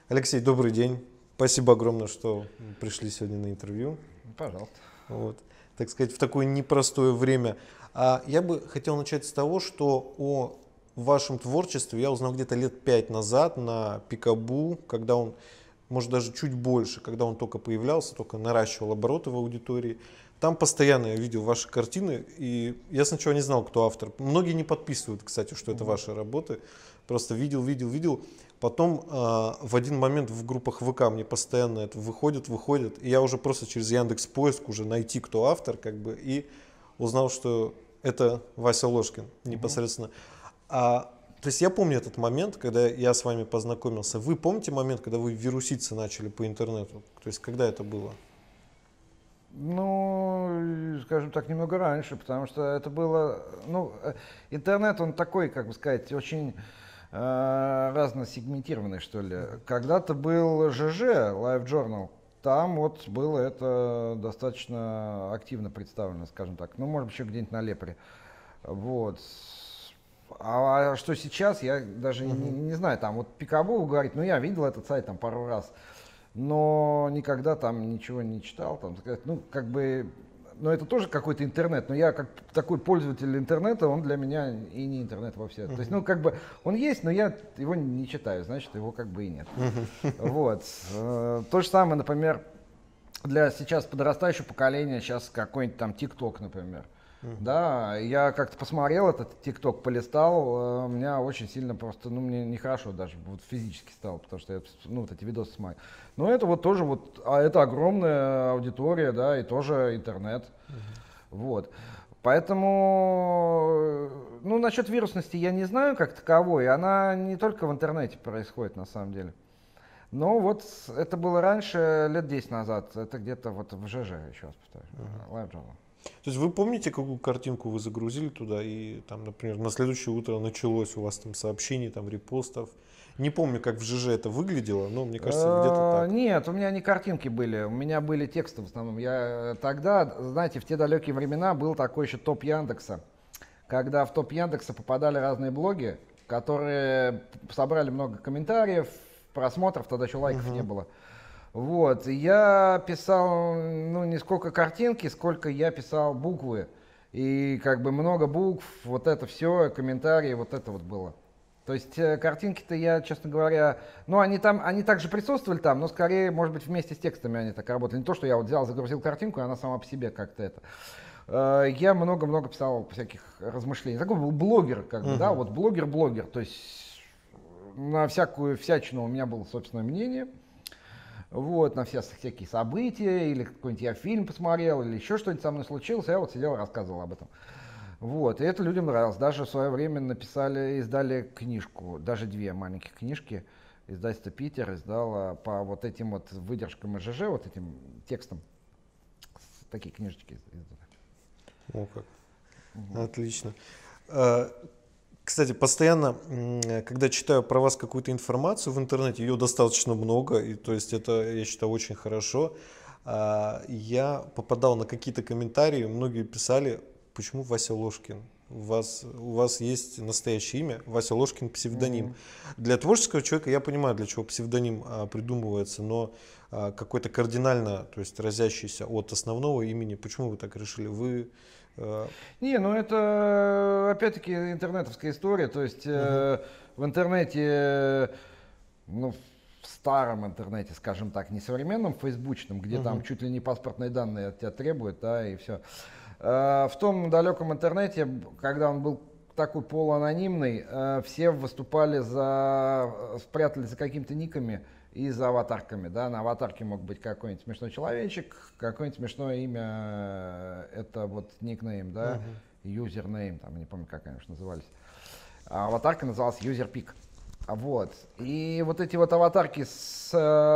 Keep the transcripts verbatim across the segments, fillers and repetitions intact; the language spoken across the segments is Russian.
Алексей, добрый день. Спасибо огромное, что пришли сегодня на интервью. Пожалуйста. Вот, так сказать, в такое непростое время. А я бы хотел начать с того, что о вашем творчестве я узнал где-то лет пять назад на Пикабу, когда он, может даже чуть больше, когда он только появлялся, только наращивал обороты в аудитории. Там постоянно я видел ваши картины, и я сначала не знал, кто автор. Многие не подписывают, кстати, что это ваши работы. Просто видел, видел, видел. Потом э, в один момент в группах ВК мне постоянно это выходит, выходит. И я уже просто через Яндекс.Поиск уже найти, кто автор, как бы, и узнал, что это Вася Ложкин непосредственно. А, то есть я помню этот момент, когда я с вами познакомился. Вы помните момент, когда вы вируситься начали по интернету? То есть когда это было? Ну, скажем так, немного раньше, потому что это было, ну, э, интернет, он такой, как бы сказать, очень э, разносегментированный, что ли. Когда-то был ЖЖ, Live Journal, там вот было это достаточно активно представлено, скажем так. Ну, может быть, еще где-нибудь на Лепре. Вот. А что сейчас, я даже Мгм. не, не знаю, там вот Пикабу говорит, ну, я видел этот сайт там пару раз, но никогда там ничего не читал, там, сказать, ну, как бы, ну, это тоже какой-то интернет, но я как такой пользователь интернета, он для меня и не интернет вовсе. То есть, ну, как бы, он есть, но я его не читаю, значит, его как бы и нет. Вот. Э, То же самое, например, для сейчас подрастающего поколения, сейчас какой-нибудь там ТикТок, например. Да, я как-то посмотрел этот ТикТок, полистал, э, у меня очень сильно просто, ну, мне нехорошо даже вот физически стало, потому что я, ну, вот эти видосы смотрю. Но это вот тоже вот, а это огромная аудитория, да, и тоже интернет. Вот. Поэтому, э, ну, насчет вирусности я не знаю как таковой, она не только в интернете происходит на самом деле. Но вот это было раньше, лет десять назад, это где-то вот в ЖЖ, еще раз повторю, Live Journal. То есть вы помните, какую картинку вы загрузили туда, и там, например, на следующее утро началось у вас там сообщений, там репостов? Не помню, как в ЖЖ это выглядело, но мне кажется, где-то Э, так. Нет, у меня не картинки были, у меня были тексты в основном. Я тогда, знаете, в те далекие времена был такой еще топ Яндекса, когда в топ Яндекса попадали разные блоги, которые собрали много комментариев, просмотров, тогда еще лайков не было. Вот, и я писал, ну, не сколько картинки, сколько я писал буквы. И как бы много букв, вот это все, комментарии, вот это вот было. То есть э, картинки-то я, честно говоря, ну, они там, они также присутствовали там, но скорее, может быть, вместе с текстами они так работали. Не то, что я вот взял, загрузил картинку, и она сама по себе как-то это. Э, Я много-много писал всяких размышлений. Такой был блогер, как бы, да, Мгм. вот блогер-блогер. То есть на всякую всячину у меня было собственное мнение. Вот, на все всякие события, или какой-нибудь я фильм посмотрел, или еще что-нибудь со мной случилось, я вот сидел и рассказывал об этом. Вот, и это людям нравилось. Даже в свое время написали, издали книжку, даже две маленьких книжки. Издательство «Питер» издало по вот этим вот выдержкам из ЖЖ, вот этим текстам, такие книжечки издали. О, как. Отлично. А, Кстати, постоянно, м, когда читаю про вас какую-то информацию в интернете, ее достаточно много, и то есть это, я считаю, очень хорошо. А, Я попадал на какие-то комментарии, многие писали, почему Вася Ложкин? У вас, у вас есть настоящее имя, Вася Ложкин псевдоним. Мгм. Для творческого человека я понимаю, для чего псевдоним а, придумывается, но а, какой-то кардинально, то есть разящийся от основного имени, почему вы так решили? Вы э, Не, ну это опять-таки интернетовская история, то есть мгм, э, в интернете, э, ну, в старом интернете, скажем так, не современном, фейсбучном, где там мгм, чуть ли не паспортные данные от тебя требуют, да, и все. В том далеком интернете, когда он был такой полуанонимный, э, все выступали за, э, спрятались за какими-то никами и за аватарками, да, на аватарке мог быть какой-нибудь смешной человечек, какое-нибудь смешное имя, э, это вот никнейм, да, мгм. юзернейм, там, не помню, как они уж назывались. А аватарка называлась юзерпик. А Вот. И вот эти вот аватарки с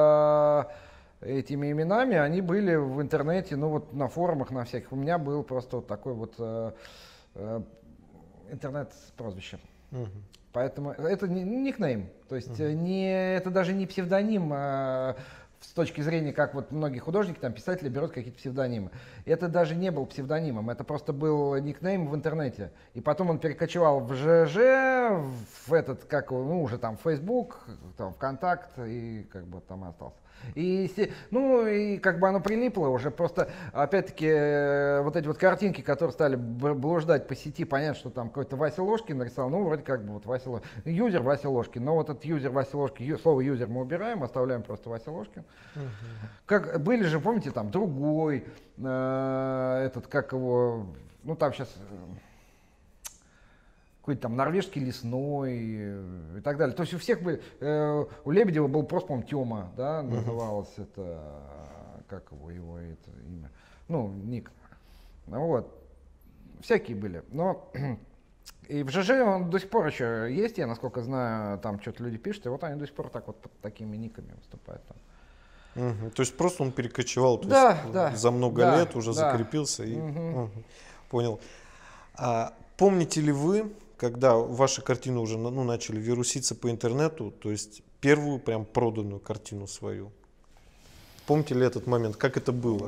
э, этими именами, они были в интернете, ну вот на форумах, на всяких. У меня был просто вот такой вот э, э, интернет-прозвище. Мгм. Поэтому это не никнейм, то есть э, не, это даже не псевдоним а с точки зрения, как вот многие художники, там, писатели берут какие-то псевдонимы. Это даже не был псевдонимом, это просто был никнейм в интернете. И потом он перекочевал в ЖЖ, в этот, как, ну, уже там, Facebook, там, ВКонтакт, и как бы там и остался. И, ну, и как бы оно прилипло уже, просто, опять-таки, вот эти вот картинки, которые стали блуждать по сети, понятно, что там какой-то Вася Ложкин нарисовал, ну, вроде как бы вот Вася Ложкин, юзер Вася Ложкин, но вот этот юзер Вася Ложкин, ю, слово юзер мы убираем, оставляем просто Вася Ложкин. Uh-huh. Как, были же, помните, там, другой, э, этот, как его, ну, там сейчас... какой-то там норвежский лесной и так далее. То есть у всех были, э, у Лебедева был просто, по-моему, Тёма, да, uh-huh. называлось это, как его, его это имя, ну, ник. Ну вот, всякие были. Но и в ЖЖ он до сих пор еще есть, я, насколько знаю, там что-то люди пишут, и вот они до сих пор так вот под такими никами выступают там. Uh-huh. То есть просто он перекочевал, то да, есть, да, за много да, лет уже да. закрепился и Uh-huh. uh-huh. Понял. А помните ли вы, когда ваши картины уже, ну, начали вируситься по интернету, то есть первую прям проданную картину свою? Помните ли этот момент? Как это было?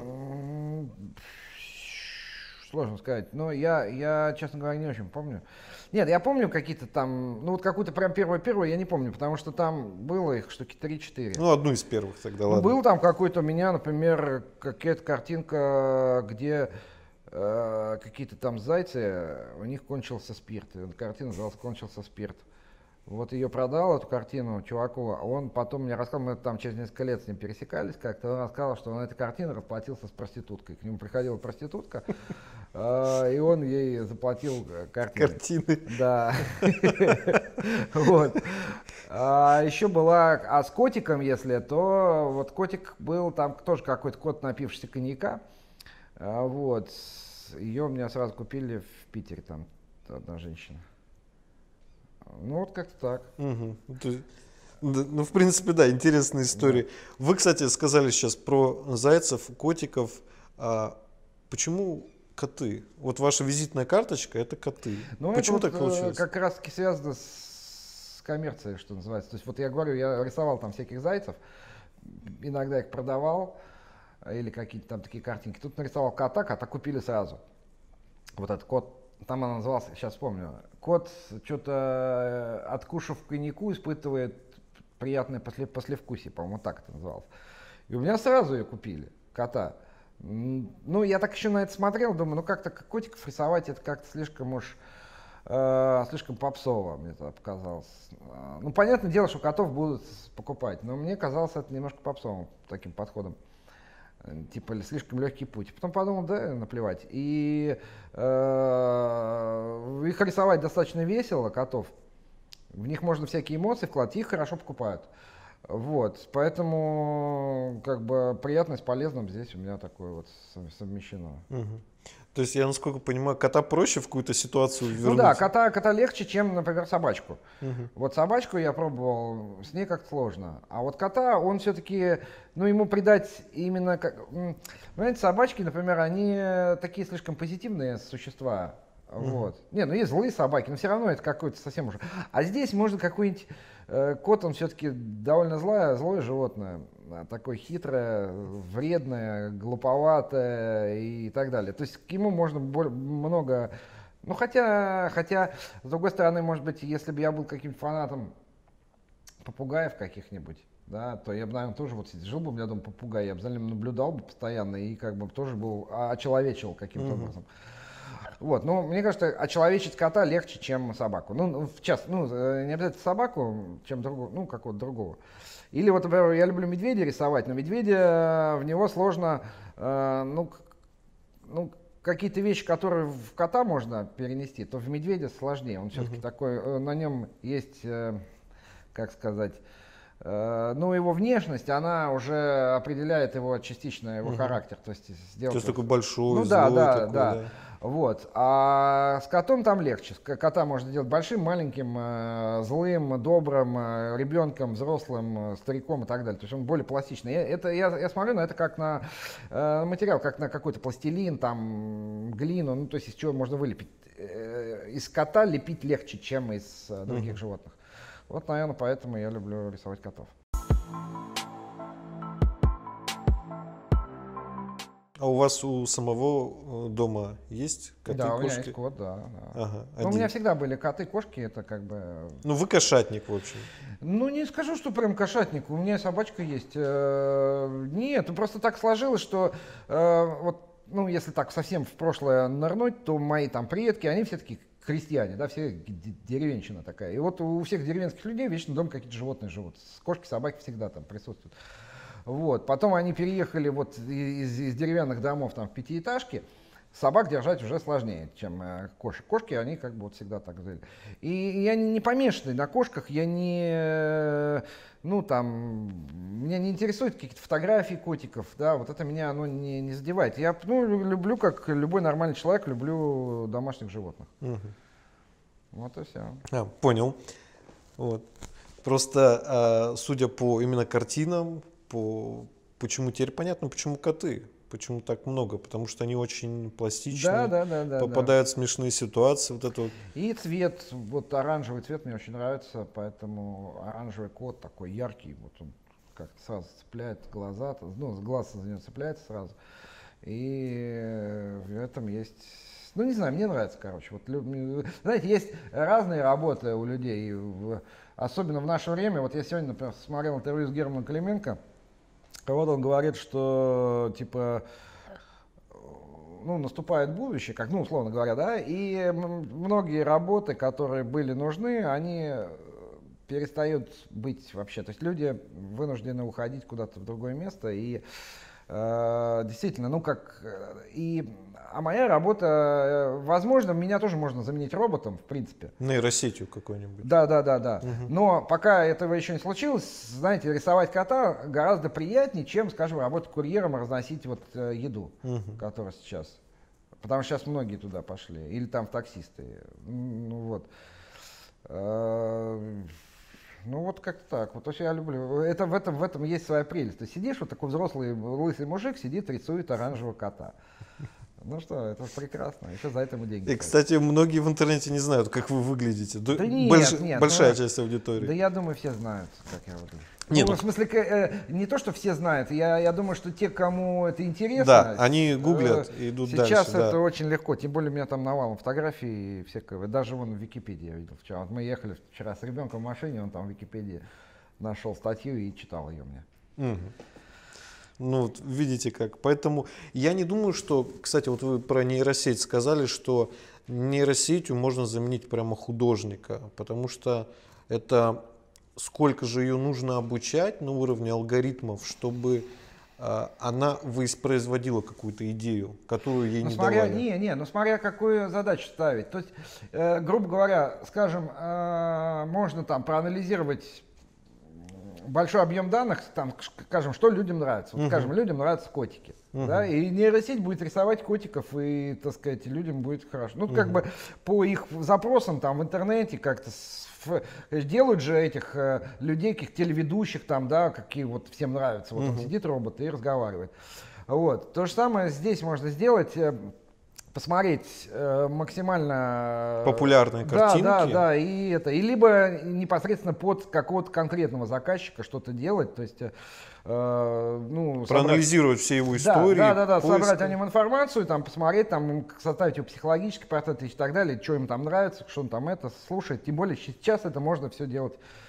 Сложно сказать. Но я, я, честно говоря, не очень помню. Нет, я помню какие-то там, ну вот какую-то прям первую-первую я не помню, потому что там было их штуки три-четыре. Ну, одну из первых тогда, ну, ладно. Был там какой-то у меня, например, какая-то картинка, где э, какие-то там зайцы, у них кончился спирт. И картина называлась «Кончился спирт». Вот ее продал, эту картину, чуваку, он потом мне рассказал, мы там через несколько лет с ним пересекались как-то, он рассказал, что он на этой картине расплатился с проституткой. К нему приходила проститутка, и он ей заплатил картину. Картины. Да. Вот. Еще была, а с котиком, если, то вот котик был, там тоже какой-то кот, напившийся коньяка. Вот. Ее мне сразу купили в Питере, там одна женщина. Ну вот как-то так. Угу. Ну, в принципе, да, интересная история. Да. Вы, кстати, сказали сейчас про зайцев, котиков. А почему коты? Вот ваша визитная карточка — это коты. Ну, почему это так вот, получилось? Как раз таки связано с коммерцией, что называется. То есть вот я говорю, я рисовал там всяких зайцев, иногда их продавал, или какие-то там такие картинки. Тут нарисовал кота, кота купили сразу. Вот этот кот. Там она называлась, сейчас вспомню, кот что-то, откушав коньяку, испытывает приятное после, послевкусие, по-моему, так это называлось. И у меня сразу ее купили, кота. Ну, я так еще на это смотрел, думаю, ну как-то котиков рисовать, это как-то слишком уж, э, слишком попсово, мне это показалось. Ну, понятное дело, что котов будут покупать, но мне казалось это немножко попсовым таким подходом. Типа слишком легкий путь. Потом подумал, да, наплевать. И э, их рисовать достаточно весело, котов. В них можно всякие эмоции вкладывать, их хорошо покупают. Вот, поэтому как бы приятно с полезным здесь у меня такое вот совмещено. Угу. То есть я, насколько понимаю, кота проще в какую-то ситуацию вернуть? Ну да, кота, кота легче, чем, например, собачку. Угу. Вот собачку я пробовал, с ней как-то сложно. А вот кота, он все-таки, ну ему придать именно, как, понимаете, собачки, например, они такие слишком позитивные существа. Угу. Вот. Не, ну есть злые собаки, но все равно это какой-то совсем уже. А здесь можно какой-нибудь э, кот, он все-таки довольно злое, злое животное, такое хитрое, вредное, глуповатое и так далее. То есть к нему можно много. Ну хотя, хотя, с другой стороны, может быть, если бы я был каким-то фанатом попугаев каких-нибудь, да, то я бы, наверное, тоже вот жил бы у меня дома попугай, я бы за ним наблюдал бы постоянно и как бы тоже был очеловечил каким-то mm-hmm. образом. Вот, ну, мне кажется, очеловечить кота легче, чем собаку. Ну, в час, ну, не обязательно собаку, чем другого, ну, какого-то другого. Или вот, например, я люблю медведя рисовать, но медведя, в него сложно, э, ну, ну, какие-то вещи, которые в кота можно перенести, то в медведя сложнее. Он все-таки mm-hmm. такой, э, на нем есть, э, как сказать, э, ну, его внешность, она уже определяет его частично, его mm-hmm. характер. То есть, сделать то есть такой большой, ну, злой да, да, такой, да. да. Вот. А с котом там легче. Кота можно делать большим, маленьким, э, злым, добрым, э, ребенком, взрослым, э, стариком и так далее. То есть он более пластичный. Я, это, я, я смотрю на это как на э, материал, как на какой-то пластилин, там, глину, ну, то есть из чего можно вылепить. Э, из кота лепить легче, чем из э, других mm-hmm. животных. Вот, наверное, поэтому я люблю рисовать котов. А у вас у самого дома есть коты, Да, у кошки? меня есть кот, да. да. Ага, Ну, у меня всегда были коты, кошки, это как бы... Ну, вы кошатник, в общем. Ну, не скажу, что прям кошатник. У меня собачка есть. Э, Нет, ну, просто так сложилось, что э, вот, ну, если так совсем в прошлое нырнуть, то мои там предки, они все таки крестьяне, да, все д- деревенщина такая. И вот у всех деревенских людей вечно дома какие-то животные живут. Кошки, собаки всегда там присутствуют. Вот. Потом они переехали вот из, из деревянных домов там, в пятиэтажки. Собак держать уже сложнее, чем э, кошек. Кошки, они как бы вот всегда так жили. И я не, не помешанный на кошках, я не, э, ну там, меня не интересуют какие-то фотографии котиков, да, вот это меня, оно не, не задевает. Я, ну, люблю, как любой нормальный человек, люблю домашних животных. Мгм. Вот и все. А, понял. Вот. Просто, а, судя по именно картинам, по почему теперь понятно, почему коты, почему так много, потому что они очень Да, пластичные, да, да, да, да. попадают в смешные ситуации, вот это вот. И цвет, вот оранжевый цвет мне очень нравится, поэтому оранжевый кот такой яркий, вот он как-то сразу цепляет глаза, ну, с глаз за него цепляется сразу. И в этом есть, ну не знаю, мне нравится, короче. Вот, лю- знаете, есть разные работы у людей, в- особенно в наше время. Вот я сегодня, например, смотрел интервью с Германом Клименко, вот он говорит, что типа ну, наступает будущее, как, ну, условно говоря, да, и м- многие работы, которые были нужны, они э, перестают быть вообще. То есть люди вынуждены уходить куда-то в другое место, и э, действительно, ну, как, э, и, а моя работа, э, возможно, меня тоже можно заменить роботом, в принципе. Нейросетью какой-нибудь. Да, да, да, да. Мгм. Но пока этого еще не случилось, знаете, рисовать кота гораздо приятнее, чем, скажем, работать курьером и разносить вот э, еду, Мгм. которая сейчас. Потому что сейчас многие туда пошли. Или там в таксисты. М, Ну вот. Э, Ну вот как-то так. Вот то, что я люблю. Это, в, этом, в этом есть своя прелесть. Ты сидишь, вот такой взрослый лысый мужик сидит, рисует оранжевого кота. Ну что, это прекрасно. Еще за это ему деньги. И, платят. кстати, многие в интернете не знают, как вы выглядите. Ду- Да нет, больш- нет, Большая ну, часть аудитории. Да я думаю, все знают, как я выгляжу. Не, ну, ну- в смысле, к- э, не то, что все знают, я, я думаю, что те, кому это интересно, Да, они э, гуглят и идут сейчас дальше, да. это очень легко, тем более у меня там навалом фотографий всякого, даже вон в Википедии я видел вчера. Вот мы ехали вчера с ребенком в машине, он там в Википедии нашел статью и читал ее мне. Мгм. Ну, вот видите как. Поэтому я не думаю, что, кстати, вот вы про нейросеть сказали, что нейросетью можно заменить прямо художника, потому что это сколько же ее нужно обучать на уровне алгоритмов, чтобы а, она воспроизводила какую-то идею, которую ей Ну, не смотря, давали. не, не, ну смотря какую задачу ставить. То есть, э, грубо говоря, скажем, э, можно там проанализировать большой объем данных, там, скажем, что людям нравится. Вот, Мгм. скажем, людям нравятся котики. Мгм. Да, и нейросеть будет рисовать котиков, и, так сказать, людям будет хорошо. Ну, как Мгм. бы по их запросам там в интернете как-то с- ф- делают же этих э, людей, каких телеведущих там, да, какие вот всем нравятся. Вот он Мгм. сидит робот и разговаривает. Вот. То же самое здесь можно сделать. э, Посмотреть э, максимально э, Популярные да, картинки. да, да, и это, и либо непосредственно под какого-то конкретного заказчика что-то делать, то есть, э, ну, собрать- Проанализировать все его да, истории. да, да, да, поиски. собрать о нем информацию, там, посмотреть, там, составить его психологический портрет и так далее, что им там нравится, что он там это слушает, тем более сейчас это можно все делать,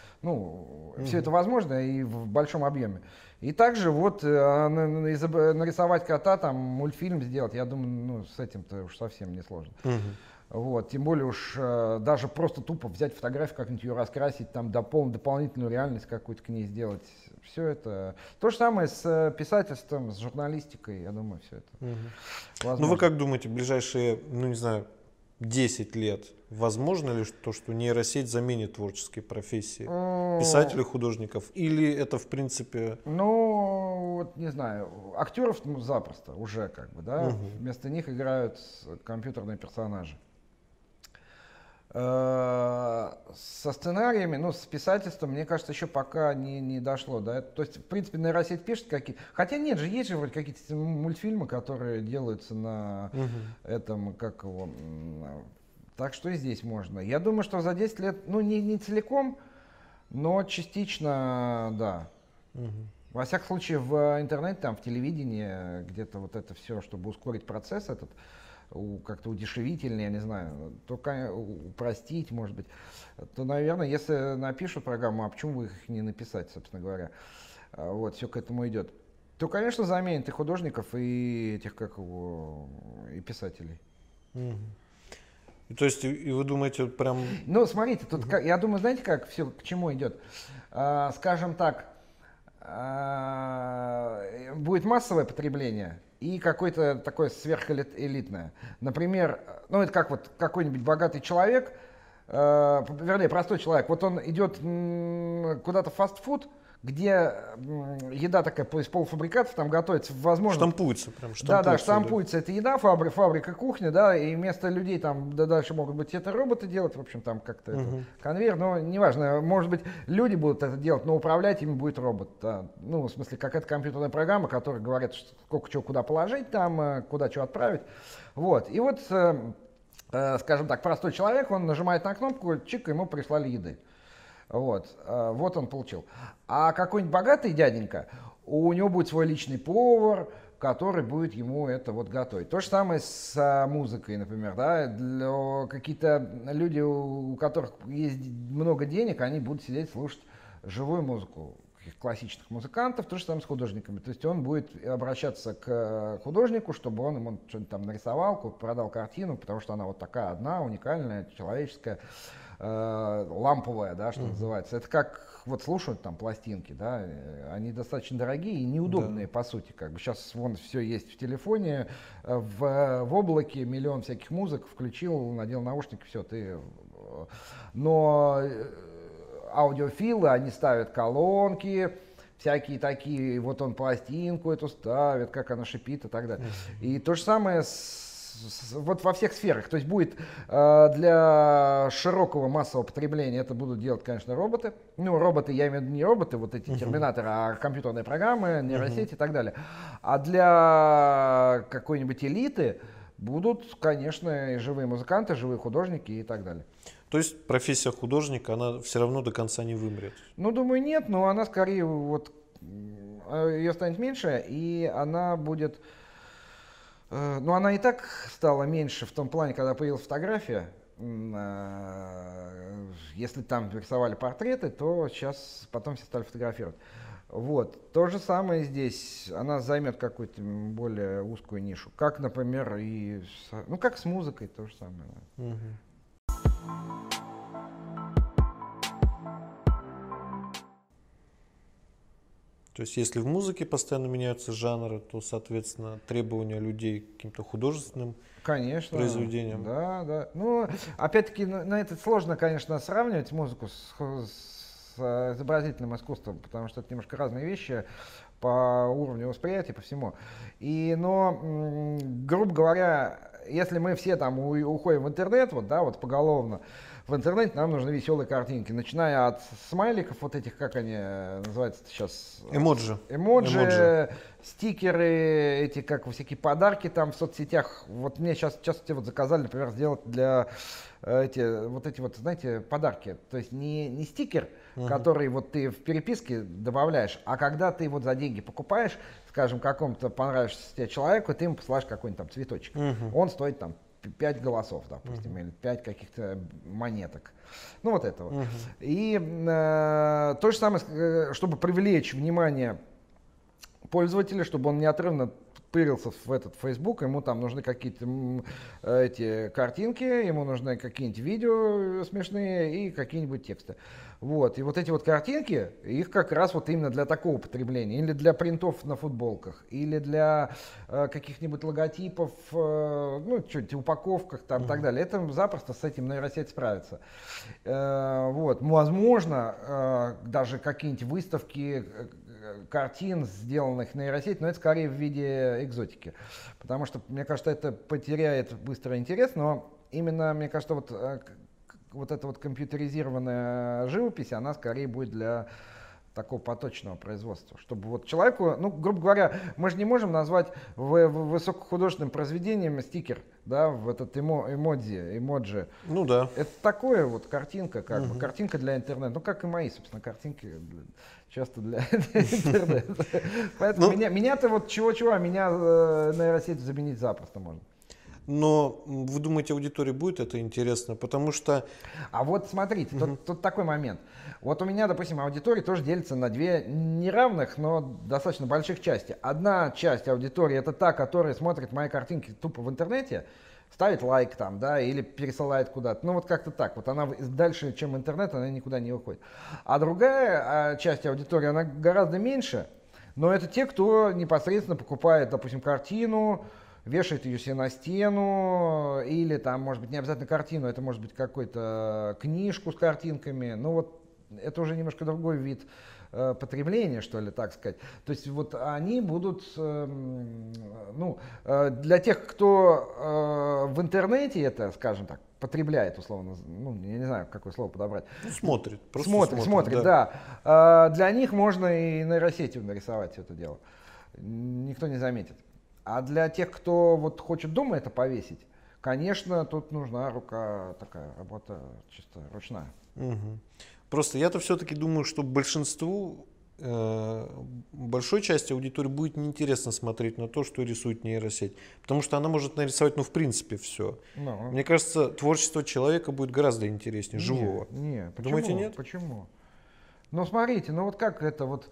ну, все это возможно и в большом объеме. И также вот э, на- на- изоб- нарисовать кота, там, мультфильм сделать, я думаю, ну, с этим-то уж совсем не сложно. Мгм. Вот, тем более уж э, даже просто тупо взять фотографию, как-нибудь ее раскрасить, там допол- дополнительную реальность какую-то к ней сделать. Все это. То же самое с э, писательством, с журналистикой, я думаю, все это Мгм. возможно. Ну вы как думаете, в ближайшие, ну не знаю, десять лет, возможно ли то, что нейросеть заменит творческие профессии М, писателей, художников? Или это в принципе... Ну, вот не знаю, актеров ну, запросто уже как бы, да, Мгм. вместо них играют компьютерные персонажи. Э, Со сценариями, ну, с писательством, мне кажется, еще пока не, не дошло. Да? То есть, в принципе, нейросеть пишет какие-то... Хотя нет же, есть же вроде какие-то мультфильмы, которые делаются на Мгм. этом, как его... м, Так что и здесь можно. Я думаю, что за десять лет, ну, не, не целиком, но частично, да. Мгм. Во всяком случае, в интернете, там, в телевидении, где-то вот это все, чтобы ускорить процесс этот, как-то удешевительнее, я не знаю, только упростить, может быть, то, наверное, если напишут программу, а почему бы их не написать, собственно говоря, вот, все к этому идет, то, конечно, заменит и художников, и этих, как его, и писателей. Mm-hmm. То есть, и вы думаете, прям... Ну, смотрите, тут, Mm-hmm. как, я думаю, знаете, как все, к чему идет? А, скажем так, будет массовое потребление и какое-то такое сверхэлитное. Например, ну это как вот какой-нибудь богатый человек, э, вернее, простой человек, вот он идет куда-то в фастфуд, где еда такая из полуфабрикатов, там готовится, возможно... Штампуется прям, штампуется. Да, да, штампуется. Да. Это еда, фабрика, фабрика, кухня, да, и вместо людей там, да, дальше могут быть это роботы делать, в общем, там как-то угу. это, конвейер, но неважно, может быть, люди будут это делать, но управлять ими будет робот. Да. Ну, в смысле, какая-то компьютерная программа, которая говорит, сколько чего куда положить там, куда что отправить. Вот, и вот, э, э, скажем так, простой человек, он нажимает на кнопку, чик, ему прислали еды. Вот, вот он получил. А какой-нибудь богатый дяденька, у него будет свой личный повар, который будет ему это вот готовить. То же самое с музыкой, например, да, для какие-то люди, у которых есть много денег, они будут сидеть слушать живую музыку классических музыкантов, то же самое с художниками. То есть он будет обращаться к художнику, чтобы он ему что-нибудь там нарисовал, продал картину, потому что она вот такая одна, уникальная, человеческая, ламповая, да, что mm-hmm. называется. Это как вот слушают там пластинки, да, они достаточно дорогие и неудобные, да. по сути, как бы сейчас вон все есть в телефоне, в, в облаке миллион всяких музык, включил, надел наушники, все, ты... Но аудиофилы, они ставят колонки, всякие такие, вот он пластинку эту ставит, как она шипит и так далее. Mm-hmm. И то же самое с вот во всех сферах. То есть будет э, для широкого массового потребления это будут делать, конечно, роботы. Ну, роботы, я имею в виду не роботы, вот эти uh-huh. терминаторы, а компьютерные программы, нейросети uh-huh. и так далее. А для какой-нибудь элиты будут, конечно, и живые музыканты, живые художники и так далее. То есть профессия художника, она все равно до конца не вымрет? Ну, думаю, нет, но она скорее вот, ее станет меньше, и она будет... Ну, она и так стала меньше в том плане, когда появилась фотография. Если там рисовали портреты, то сейчас потом все стали фотографировать. Вот. То же самое здесь. Она займет какую-то более узкую нишу. Как, например, и... Ну, как с музыкой, то же самое. Угу. То есть, если в музыке постоянно меняются жанры, то, соответственно, требования людей к каким-то художественным конечно, произведениям. Да, да. Ну, опять-таки, на, на это сложно, конечно, сравнивать музыку с, с изобразительным искусством, потому что это немножко разные вещи по уровню восприятия, по всему. И, но, грубо говоря, если мы все там уходим в интернет, вот, да, вот поголовно, в интернете нам нужны веселые картинки, начиная от смайликов, вот этих, как они называются сейчас? Эмоджи. Эмоджи, Эмоджи. Стикеры, эти, как всякие подарки там в соцсетях. Вот мне сейчас, сейчас вот заказали, например, сделать для эти, вот эти вот, знаете, подарки. То есть не, не стикер, uh-huh. который вот ты в переписке добавляешь, а когда ты вот за деньги покупаешь, скажем, какому-то понравившемуся тебе человеку, ты ему посылаешь какой-нибудь там цветочек. Uh-huh. Он стоит там пять голосов, допустим, uh-huh. или пять каких-то монеток. Ну вот этого. Uh-huh. И э, то же самое, чтобы привлечь внимание пользователя, чтобы он неотрывно тырился в этот Facebook, ему там нужны какие-то эти картинки, ему нужны какие-нибудь видео смешные и какие-нибудь тексты. Вот. И вот эти вот картинки, их как раз вот именно для такого потребления, или для принтов на футболках, или для э, каких-нибудь логотипов, э, ну, что-нибудь, упаковках там, и mm-hmm. так далее. Это запросто с этим нейросеть справится. Э, вот. Возможно, э, даже какие-нибудь выставки картин, сделанных нейросетью, но это скорее в виде экзотики. Потому что, мне кажется, это потеряет быстро интерес, но именно, мне кажется, вот, вот эта вот компьютеризированная живопись, она скорее будет для такого поточного производства, чтобы вот человеку, ну, грубо говоря, мы же не можем назвать в, в высокохудожественным произведением стикер, да, в этот эмо, эмодзи, эмоджи. Ну да. Это такое вот картинка, как Угу. бы, картинка для интернета, ну, как и мои, собственно, картинки для, часто для интернета. Поэтому меня, меня-то вот чего-чего, а меня э, нейросеть заменить запросто можно. Но вы думаете, аудитории будет это интересно? Потому что... А вот смотрите, Угу. тут, тут такой момент. Вот у меня, допустим, аудитория тоже делится на две неравных, но достаточно больших части. Одна часть аудитории — это та, которая смотрит мои картинки тупо в интернете, ставит лайк там, да, или пересылает куда-то. Ну вот как-то так. Вот она дальше, чем интернет, она никуда не выходит. А другая а, часть аудитории, она гораздо меньше, но это те, кто непосредственно покупает, допустим, картину, вешает ее себе на стену, или там, может быть, не обязательно картину, это может быть какую-то книжку с картинками. Ну вот это уже немножко другой вид э, потребления, что ли, так сказать. То есть вот они будут, э, ну, э, для тех, кто э, в интернете это, скажем так, потребляет, условно, ну, я не знаю, какое слово подобрать. Ну, смотрит, просто смотрит. смотрит, Смотрит, да. да. Э, для них можно и нейросетью нарисовать все это дело. Никто не заметит. А для тех, кто вот хочет дома это повесить, конечно, тут нужна рука, такая работа чисто ручная. Угу. Просто я-то все-таки думаю, что большинству, э, большой части аудитории будет неинтересно смотреть на то, что рисует нейросеть. Потому что она может нарисовать, ну, в принципе, все. Ну, Мне кажется, творчество человека будет гораздо интереснее, не, живого. Не, почему? Думаете, нет? Почему? Ну, смотрите, ну вот как это вот,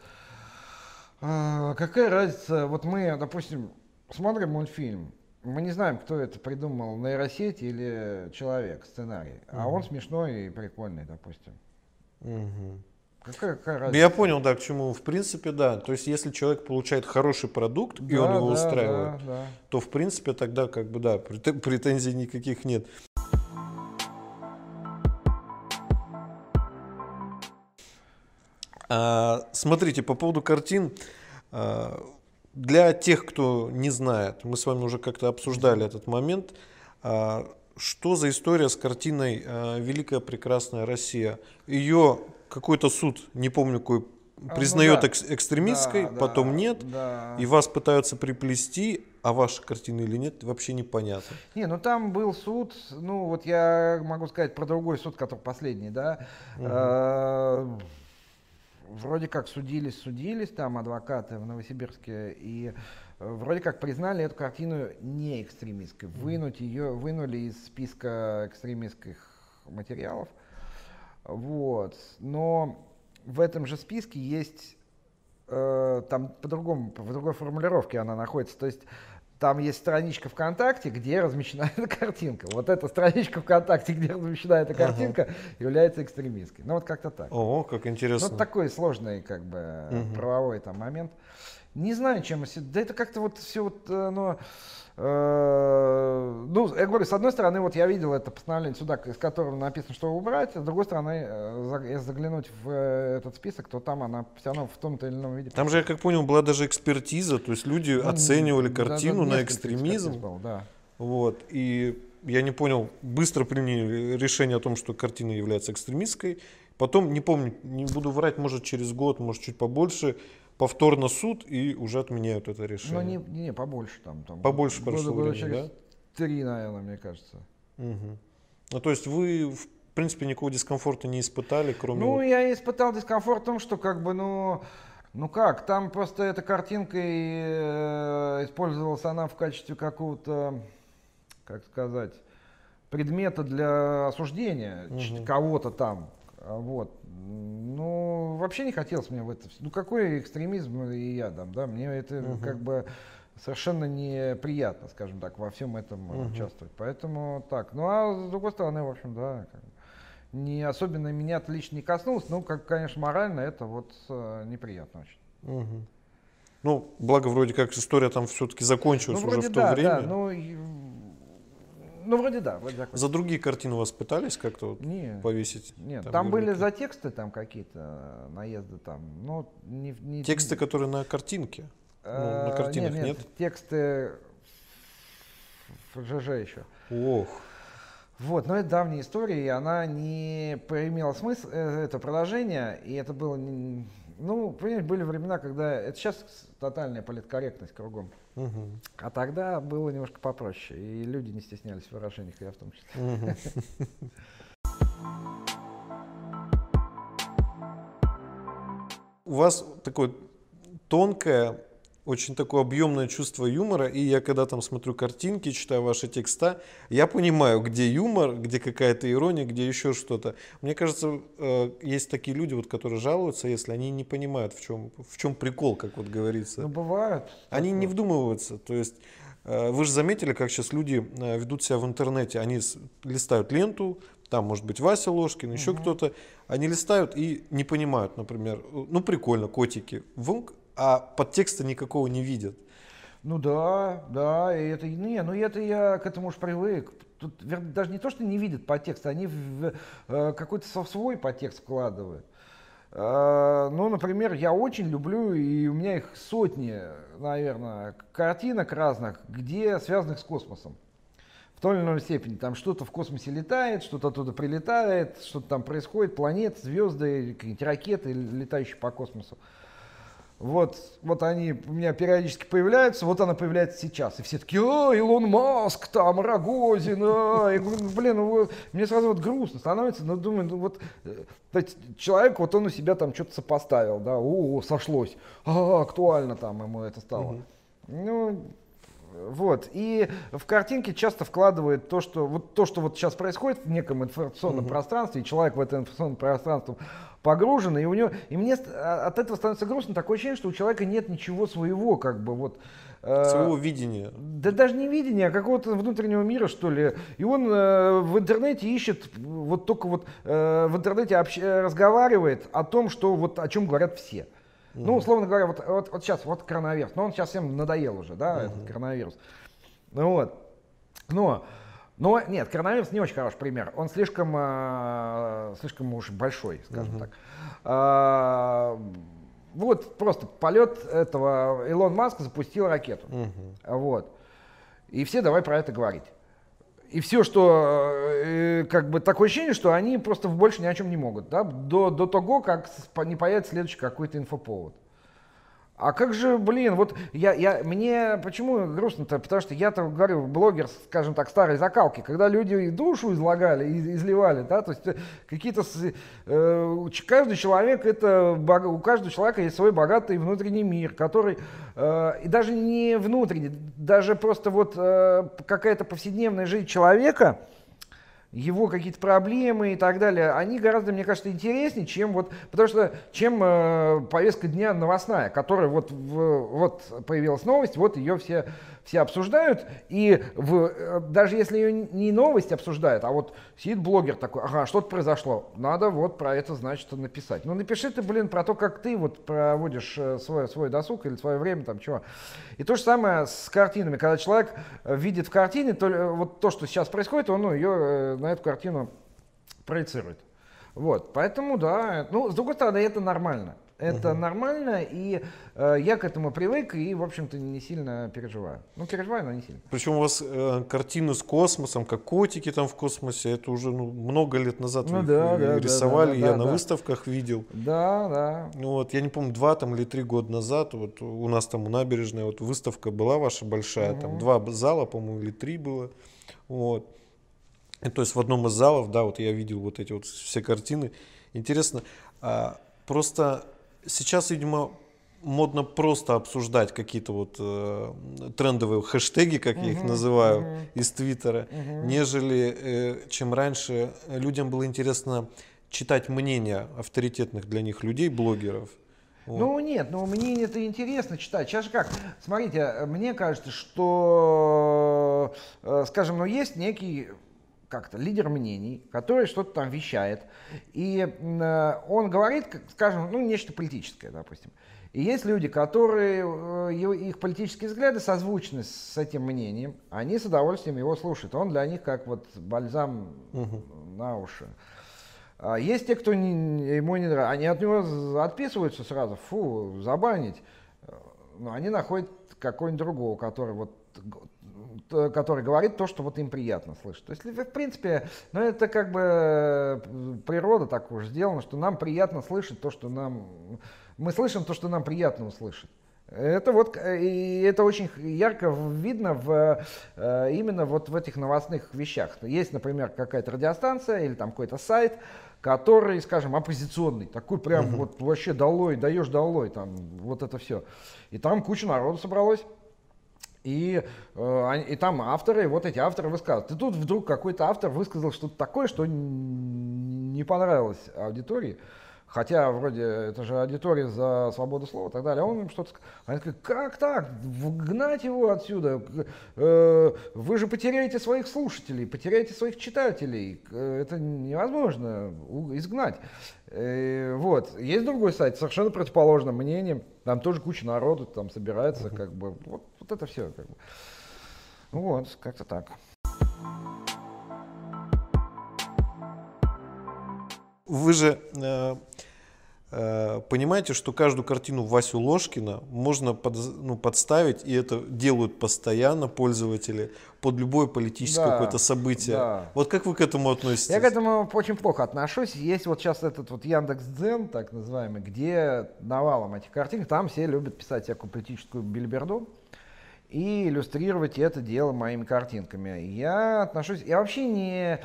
э, какая разница, вот мы, допустим, смотрим мультфильм, мы не знаем, кто это придумал, нейросеть или человек, сценарий, угу. А он смешной и прикольный, допустим. Угу. Какая, какая разница? Я понял, да, к чему. В принципе, да. То есть, если человек получает хороший продукт, да, и он его да, устраивает, да, да. то, в принципе, тогда, как бы, да, претензий никаких нет. А, смотрите, по поводу картин. А, для тех, кто не знает, мы с вами уже как-то обсуждали этот момент. А, что за история с картиной а, «Великая прекрасная Россия»? Ее какой-то суд, не помню какой, признает ну, да. экстремистской, да, потом да, нет, да. И вас пытаются приплести, а ваша картина или нет, вообще непонятно. Не, ну там был суд, ну вот я могу сказать про другой суд, который последний, да. Угу. А, вроде как судились, судились там адвокаты в Новосибирске, и вроде как признали эту картину не экстремистской, вынуть ее, вынули из списка экстремистских материалов. Вот. Но в этом же списке есть, э, там по-другому, в другой формулировке она находится. То есть там есть страничка ВКонтакте, где размещена эта картинка. Вот эта страничка ВКонтакте, где размещена эта картинка, ага. является экстремистской. Ну вот как-то так. О, как интересно. Ну такой сложный как бы угу. правовой там момент. Не знаю, чем... Да это как-то вот все вот, ну... Ну, я говорю, с одной стороны, вот я видел это постановление суда, из которого написано, что убрать, а с другой стороны, если заглянуть в этот список, то там она все равно в том-то или ином виде. Там же, я как понял, была даже экспертиза, то есть люди ну, оценивали картину да, да, на экстремизм. Был, да. Вот, и я не понял, быстро приняли решение о том, что картина является экстремистской. Потом, не помню, не буду врать, может через год, может чуть побольше, повторно суд и уже отменяют это решение. Ну, не, не побольше там. там побольше года, прошло года времени, через да? Три, наверное, мне кажется. Угу. Ну, то есть вы, в принципе, никакого дискомфорта не испытали, кроме... Ну, я испытал дискомфорт в том, что как бы, ну... Ну как, там просто эта картинка и, э, использовалась она в качестве какого-то, как сказать, предмета для осуждения угу. кого-то там. Вот. Ну, вообще не хотелось мне в это. Ну, какой экстремизм и я там, да, мне это угу. как бы совершенно неприятно, скажем так, во всем этом угу. участвовать. Поэтому так. Ну, а с другой стороны, в общем, да, как бы, не особенно меня это лично не коснулось, ну, как, конечно, морально это вот э, неприятно очень. Угу. Ну, благо, вроде как история там все-таки закончилась ну, уже в то да, время. Да, ну, Ну, вроде да. Вроде за другие картины вас пытались как-то вот нет, повесить? Нет, там, там были за тексты там какие-то наезды там. Ну, не, не, тексты, которые на картинке? А, ну, на картинах нет, нет? нет? Тексты в ЖЖ еще. Ох. Вот, но это давняя история, и она не имела смысла, это продолжение, и это было, Ну, понимаешь, были времена, когда... Это сейчас тотальная политкорректность кругом. Угу. А тогда было немножко попроще. И люди не стеснялись в выражениях, я в том числе. Угу. У вас такое тонкое, очень такое объемное чувство юмора, и я когда там смотрю картинки, читаю ваши текста, я понимаю, где юмор, где какая-то ирония, где еще что-то. Мне кажется, есть такие люди, вот, которые жалуются, если они не понимают, в чем, в чем прикол, как вот говорится. Ну, бывает. Они не вдумываются, то есть вы же заметили, как сейчас люди ведут себя в интернете, они листают ленту, там может быть Вася Ложкин, еще угу. кто-то, они листают и не понимают, например, ну прикольно, котики, вунк, а подтекста никакого не видят. Ну да, да, и это, не, ну это я к этому уж привык. Тут даже не то, что не видят подтекста, они в, в какой-то свой подтекст вкладывают. Ну, например, я очень люблю, и у меня их сотни, наверное, картинок разных, где связанных с космосом. В той или иной степени. Там что-то в космосе летает, что-то оттуда прилетает, что-то там происходит, планеты, звезды, какие-нибудь ракеты, летающие по космосу. Вот, вот они у меня периодически появляются, вот она появляется сейчас. И все такие: о, Илон Маск, там, Рогозин, а. Я говорю, блин, ну, мне сразу вот грустно становится, но думаю, ну вот, человек, вот он у себя там что-то сопоставил, да, о, сошлось, а, актуально там ему это стало. Угу. Ну, вот, и в картинке часто вкладывают то, что вот, то, что вот сейчас происходит в неком информационном uh-huh. пространстве, и человек в это информационное пространство погружен, и у него, и мне от этого становится грустно, такое ощущение, что у человека нет ничего своего, как бы вот. Своего э, видения. Да даже не видения, а какого-то внутреннего мира, что ли. И он э, в интернете ищет, вот только вот э, в интернете общ, разговаривает о том, что вот о чем говорят все. Ну, условно говоря, вот, вот, вот сейчас, вот коронавирус, но он сейчас всем надоел уже, да, uh-huh. этот коронавирус. Ну вот, но, но нет, коронавирус не очень хороший пример, он слишком, э, слишком уж большой, скажем uh-huh. так. А, вот просто полет этого, Илон Маск запустил ракету, uh-huh. вот, и все давай про это говорить. И все, что, э, как бы, такое ощущение, что они просто больше ни о чем не могут, да, до, до того, как не появится следующий какой-то инфоповод. А как же, блин, вот я, я, мне почему грустно-то? Потому что я-то говорю, блогер, скажем так, старой закалки, когда люди и душу излагали, и изливали, да, то есть какие-то, э, каждый человек, это, у каждого человека есть свой богатый внутренний мир, который, э, и даже не внутренний, даже просто вот э, какая-то повседневная жизнь человека, его какие-то проблемы и так далее, они гораздо, мне кажется, интереснее, чем вот, потому что, чем э, повестка дня новостная, которая вот, в, вот появилась новость, вот ее все, все обсуждают, и в, даже если ее не новость обсуждают, а вот сидит блогер такой, ага, что-то произошло, надо вот про это, значит, написать. Ну напиши ты, блин, про то, как ты вот проводишь свой, свой досуг или свое время, там, чего. И то же самое с картинами, когда человек видит в картине то, вот то, что сейчас происходит, он ну, ее на эту картину проецирует. Вот, поэтому, да, ну, с другой стороны, это нормально. Это uh-huh. нормально, и э, я к этому привык, и, в общем-то, не сильно переживаю. Ну, переживаю, но не сильно. Причем у вас э, картины с космосом, как котики там в космосе, это уже ну, много лет назад ну, вы да, да, рисовали, да, да, я да, на да. выставках видел. Да, да. Ну, вот, я не помню, два там, или три года назад, вот у нас там у набережной вот, выставка была ваша большая, uh-huh. там два зала, по-моему, или три было. Вот. И, то есть в одном из залов, да, вот я видел вот эти вот все картины. Интересно, а, просто... Сейчас, видимо, модно просто обсуждать какие-то вот э, трендовые хэштеги, как uh-huh, я их называю, uh-huh. из Твиттера, uh-huh. нежели э, чем раньше людям было интересно читать мнения авторитетных для них людей, блогеров. Вот. Ну нет, ну мне это интересно читать. Сейчас же как, смотрите, мне кажется, что, э, скажем, ну есть некий... как-то лидер мнений, который что-то там вещает, и э, он говорит, как, скажем, ну, нечто политическое, допустим. И есть люди, которые, э, их политические взгляды созвучны с этим мнением, они с удовольствием его слушают. Он для них как вот бальзам угу. на уши. А есть те, кто не, ему не нравится, они от него отписываются сразу, фу, забанить. Но они находят какого-нибудь другого, который вот который говорит то, что вот им приятно слышать. То есть, в принципе, ну, это как бы природа так уж сделана, что нам приятно слышать то, что нам... Мы слышим то, что нам приятно услышать. Это вот, и это очень ярко видно в, именно вот в этих новостных вещах. Есть, например, какая-то радиостанция или там какой-то сайт, который, скажем, оппозиционный, такой прям uh-huh. вот вообще долой, даешь долой, там вот это все. И там куча народу собралось. И, э, и там авторы, вот эти авторы высказывают. И тут вдруг какой-то автор высказал что-то такое, что не понравилось аудитории. Хотя вроде это же аудитория за свободу слова и так далее. А он им что-то сказал. Они сказали, как так? Вгнать его отсюда? Э, вы же потеряете своих слушателей, потеряете своих читателей. Это невозможно изгнать. Э, вот. Есть другой сайт, совершенно противоположным мнением. Там тоже куча народу там собирается. Как бы. Вот, вот это все. Как бы. Вот, как-то так. Вы же э, э, понимаете, что каждую картину Васю Ложкина можно под, ну, подставить, и это делают постоянно пользователи, под любое политическое да, какое-то событие. Да. Вот как вы к этому относитесь? Я к этому очень плохо отношусь. Есть вот сейчас этот вот Яндекс.Дзен, так называемый, где навалом этих картин, там все любят писать всякую политическую бильберду и иллюстрировать это дело моими картинками. Я отношусь, я вообще не,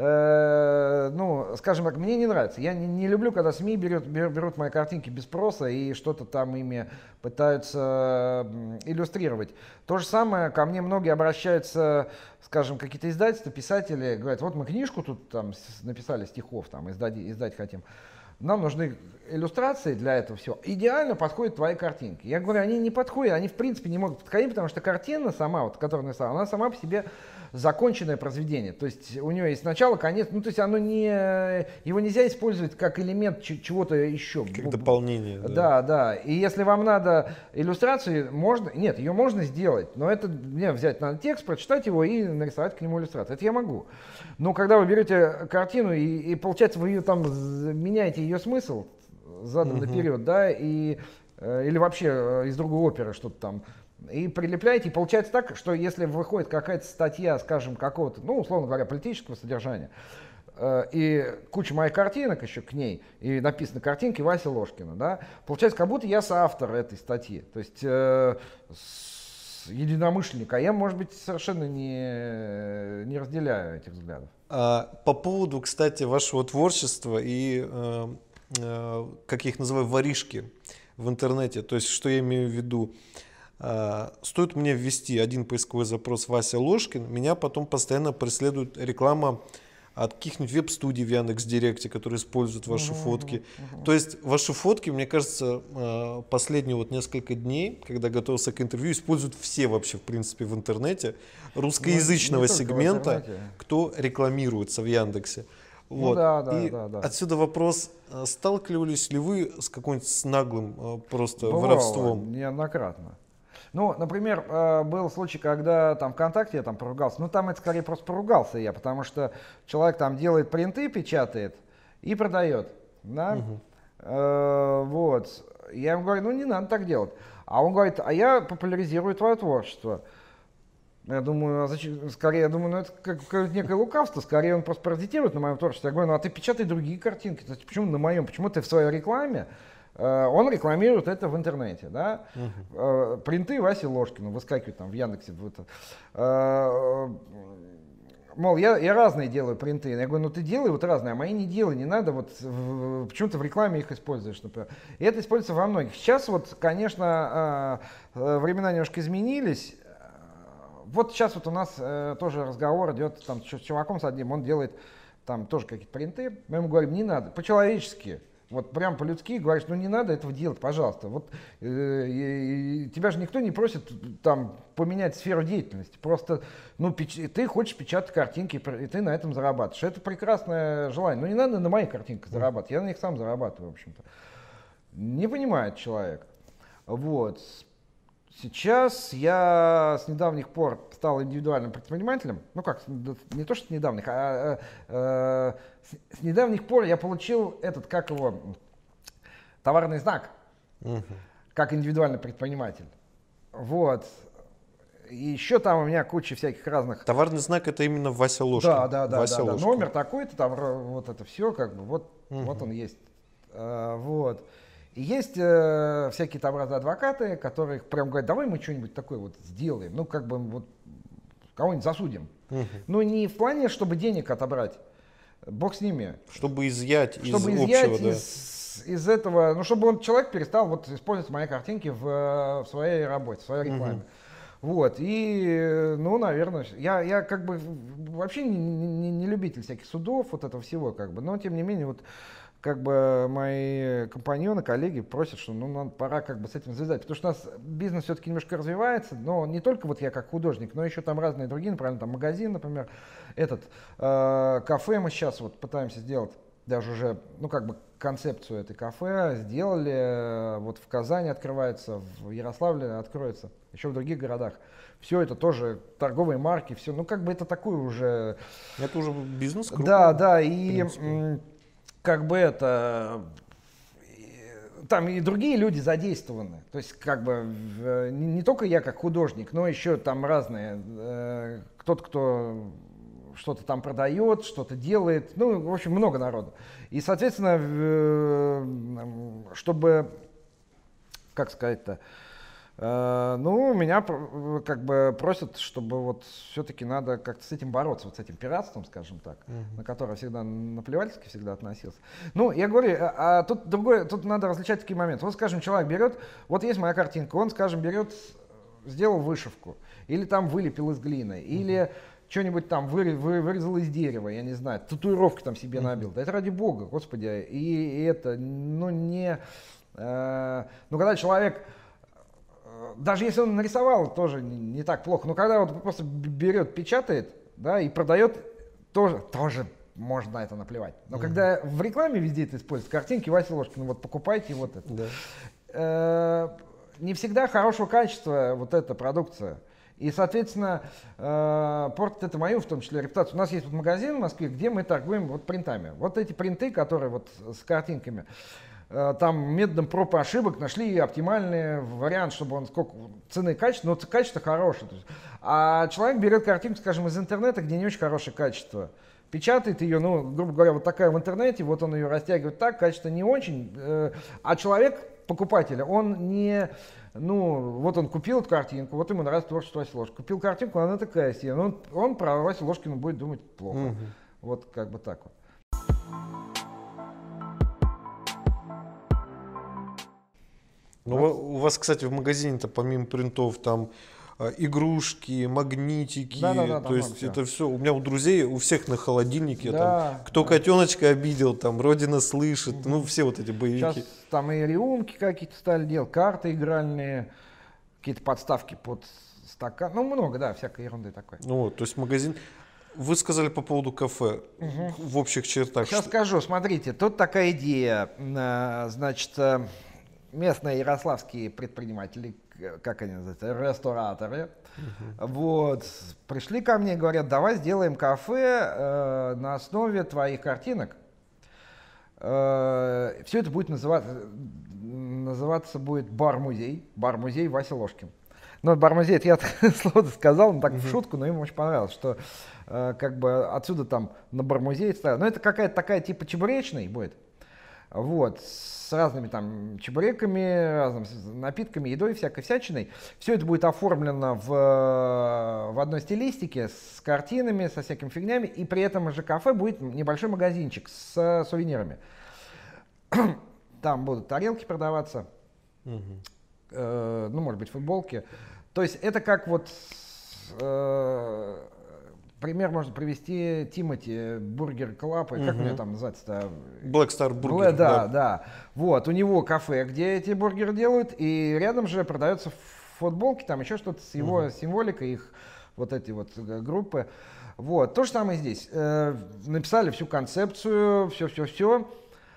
э, ну, скажем так, мне не нравится. Я не, не люблю, когда СМИ берут, берут мои картинки без спроса и что-то там ими пытаются иллюстрировать. То же самое, ко мне многие обращаются, скажем, какие-то издательства, писатели, говорят, вот мы книжку тут там написали стихов, там издать, издать хотим. Нам нужны иллюстрации для этого всего. Идеально подходят твои картинки. Я говорю, они не подходят, они в принципе не могут подходить, потому что картина сама, вот, которую нарисовала, она сама по себе законченное произведение. То есть у нее есть начало, конец, ну то есть оно не, его нельзя использовать как элемент чего-то еще. Как дополнение. Да. да, да. И если вам надо иллюстрацию, можно, нет, ее можно сделать, но это мне взять надо текст, прочитать его и нарисовать к нему иллюстрацию. Это я могу. Но когда вы берете картину и, и получается вы ее там меняете ее смысл задом угу. наперед, да, и, э, или вообще э, из другой оперы что-то там, и прилепляете, и получается так, что если выходит какая-то статья, скажем, какого-то, ну, условно говоря, политического содержания, э, и куча моих картинок еще к ней, и написаны картинки Васи Ложкина, да, получается, как будто я соавтор этой статьи, то есть э, с, единомышленник, а я, может быть, совершенно не, не разделяю этих взглядов. А, по поводу, кстати, вашего творчества и, э, э, как я их называю, воришки в интернете, то есть, что я имею в виду, э, стоит мне ввести один поисковой запрос Вася Ложкин, меня потом постоянно преследует реклама от каких-нибудь веб-студий в Яндекс.Директе, которые используют ваши uh-huh, фотки. Uh-huh. То есть ваши фотки, мне кажется, последние вот несколько дней, когда готовился к интервью, используют все вообще, в принципе, в интернете русскоязычного ну, сегмента, интернете. Кто рекламируется в Яндексе. Вот. Ну, да, да, И да, да. отсюда вопрос, сталкивались ли вы с каким-нибудь с наглым просто Бывало, воровством? Неоднократно. Ну, например, был случай, когда там ВКонтакте я там поругался. Ну, там это скорее просто поругался я, потому что человек там делает принты, печатает и продает. Да? Угу. Э, вот. Я ему говорю, ну не надо так делать. А он говорит, а я популяризирую твое творчество. Я думаю, а зачем? Скорее, я думаю, ну это как, как некое лукавство, скорее он просто паразитирует на моем творчестве. Я говорю, ну а ты печатай другие картинки. То есть, почему на моем? Почему ты в своей рекламе? Он рекламирует это в интернете, да? Uh-huh. Принты Васи Ложкина выскакивают там в Яндексе. В это. Мол, я, я разные делаю принты. Я говорю, ну ты делай вот разные, а мои не делай, не надо, вот почему ты в рекламе их используешь, например. И это используется во многих. Сейчас вот, конечно, времена немножко изменились. Вот сейчас вот у нас тоже разговор идет там с чуваком с одним, он делает там тоже какие-то принты. Мы ему говорим, не надо, по-человечески. Вот прям по-людски говоришь, ну не надо этого делать, пожалуйста. Вот э, э, тебя же никто не просит там поменять сферу деятельности. Просто ну, печ... ты хочешь печатать картинки, и ты на этом зарабатываешь. Это прекрасное желание. Но не надо на моих картинках зарабатывать. Я на них сам зарабатываю, в общем-то. Не понимает человек. Вот. Сейчас я с недавних пор стал индивидуальным предпринимателем. Ну как, не то что с недавних, а, а, а с недавних пор я получил этот, как его, товарный знак, угу. как индивидуальный предприниматель. Вот. И еще там у меня куча всяких разных... Товарный знак это именно Вася Ложкин. Да, да, да, Вася да, да. Ложкин. Номер такой-то, там вот это все, как бы, вот, Угу. вот он есть. А, вот. И есть э, всякие там разные адвокаты, которые прям говорят, давай мы что-нибудь такое вот сделаем, ну как бы вот кого-нибудь засудим. Угу. Ну не в плане, чтобы денег отобрать, бог с ними. Чтобы изъять чтобы из изъять общего, из, из этого, ну чтобы он, человек перестал вот использовать мои картинки в, в своей работе, в своей рекламе. Угу. Вот, и, ну, наверное, я, я как бы вообще не, не, не любитель всяких судов, вот этого всего, как бы, но тем не менее, вот, как бы мои компаньоны, коллеги просят, что ну, нам пора как бы с этим завязать, потому что у нас бизнес все-таки немножко развивается, но не только вот я как художник, но еще там разные другие, например, там магазин, например, этот, э, кафе мы сейчас вот пытаемся сделать, даже уже, ну, как бы концепцию этой кафе сделали, вот в Казани открывается, в Ярославле откроется, еще в других городах. Все это тоже торговые марки, все, ну, как бы это такой уже... Это уже бизнес крупный. Да, да, и как бы это... Там и другие люди задействованы. То есть, как бы, не, не только я как художник, но еще там разные. Э, кто-то, кто что-то там продает, что-то делает. Ну, в общем, много народу. И, соответственно, э, чтобы, как сказать-то, э, ну, меня как бы просят, чтобы вот все-таки надо как-то с этим бороться, вот с этим пиратством, скажем так, uh-huh. на которое всегда наплевательски всегда относился. Ну, я говорю, а, а тут другое, тут надо различать такие моменты. Вот, скажем, человек берет, вот есть моя картинка, он, скажем, берет, сделал вышивку, или там вылепил из глины, uh-huh. или что-нибудь там вы, вы, вырезал из дерева, я не знаю, татуировки там себе uh-huh. набил. Да это ради бога, господи. И, и это, ну, не... Э, ну, когда человек... Даже если он нарисовал, тоже не, не так плохо. Но когда вот просто берет, печатает, да, и продает, тоже, тоже можно на это наплевать. Но mm-hmm. когда в рекламе везде это используют, картинки Вася Ложкина, вот покупайте вот это. Да. Э-э- не всегда хорошего качества вот эта продукция. И, соответственно, э- портит это мою, в том числе, репутацию. У нас есть вот магазин в Москве, где мы торгуем вот принтами. Вот эти принты, которые вот с картинками. Там методом проб и ошибок нашли оптимальный вариант, чтобы он сколько цены и качества, но качество хорошее. А человек берет картинку, скажем, из интернета, где не очень хорошее качество, печатает ее, ну, грубо говоря, вот такая в интернете, вот он ее растягивает так, качество не очень, а человек, покупатель, он не, ну, вот он купил эту картинку, вот ему нравится творчество Васи Ложкина, купил картинку, она такая себе, он, он про Васю Ложкина будет думать плохо. Угу. Вот как бы так вот. Ну, у вас, кстати, в магазине-то помимо принтов там игрушки, магнитики, да, да, да, то есть все. Это все. У меня у друзей, у всех на холодильнике, да, там, кто да. котеночка обидел, там, Родина слышит, угу. ну все вот эти боевики. Сейчас там и рюмки какие-то стали делать, карты игральные, какие-то подставки под стакан, ну много, да, всякой ерунды такой. Ну вот, то есть магазин. Вы сказали по поводу кафе, угу. в общих чертах. Сейчас что... скажу, смотрите, тут такая идея, значит, местные ярославские предприниматели, как они называются, рестораторы, uh-huh. вот, пришли ко мне и говорят, давай сделаем кафе э, на основе твоих картинок. Э, все это будет называться, называться будет бар-музей, бар-музей Вася Ложкин. Ну, бар-музей, это я слово сказал, ну, так uh-huh. в шутку, но им очень понравилось, что э, как бы отсюда там на бар-музей ставят. Но это какая-то такая типа чебуречный будет, вот, с разными там чебуреками, разными напитками, едой, всякой всячиной. Все это будет оформлено в, в одной стилистике, с картинами, со всякими фигнями, и при этом же кафе будет небольшой магазинчик с сувенирами. Там будут тарелки продаваться, угу. э, ну, может быть, футболки. То есть это как вот... Э, пример можно привести Тимати, Бургер Клаб, uh-huh. как у него там называется-то? Black Star Burger. Да, да, да. Вот, у него кафе, где эти бургеры делают, и рядом же продаются футболки, там еще что-то с его uh-huh. символикой, их вот эти вот группы. Вот, то же самое здесь. Э, написали всю концепцию, все-все-все.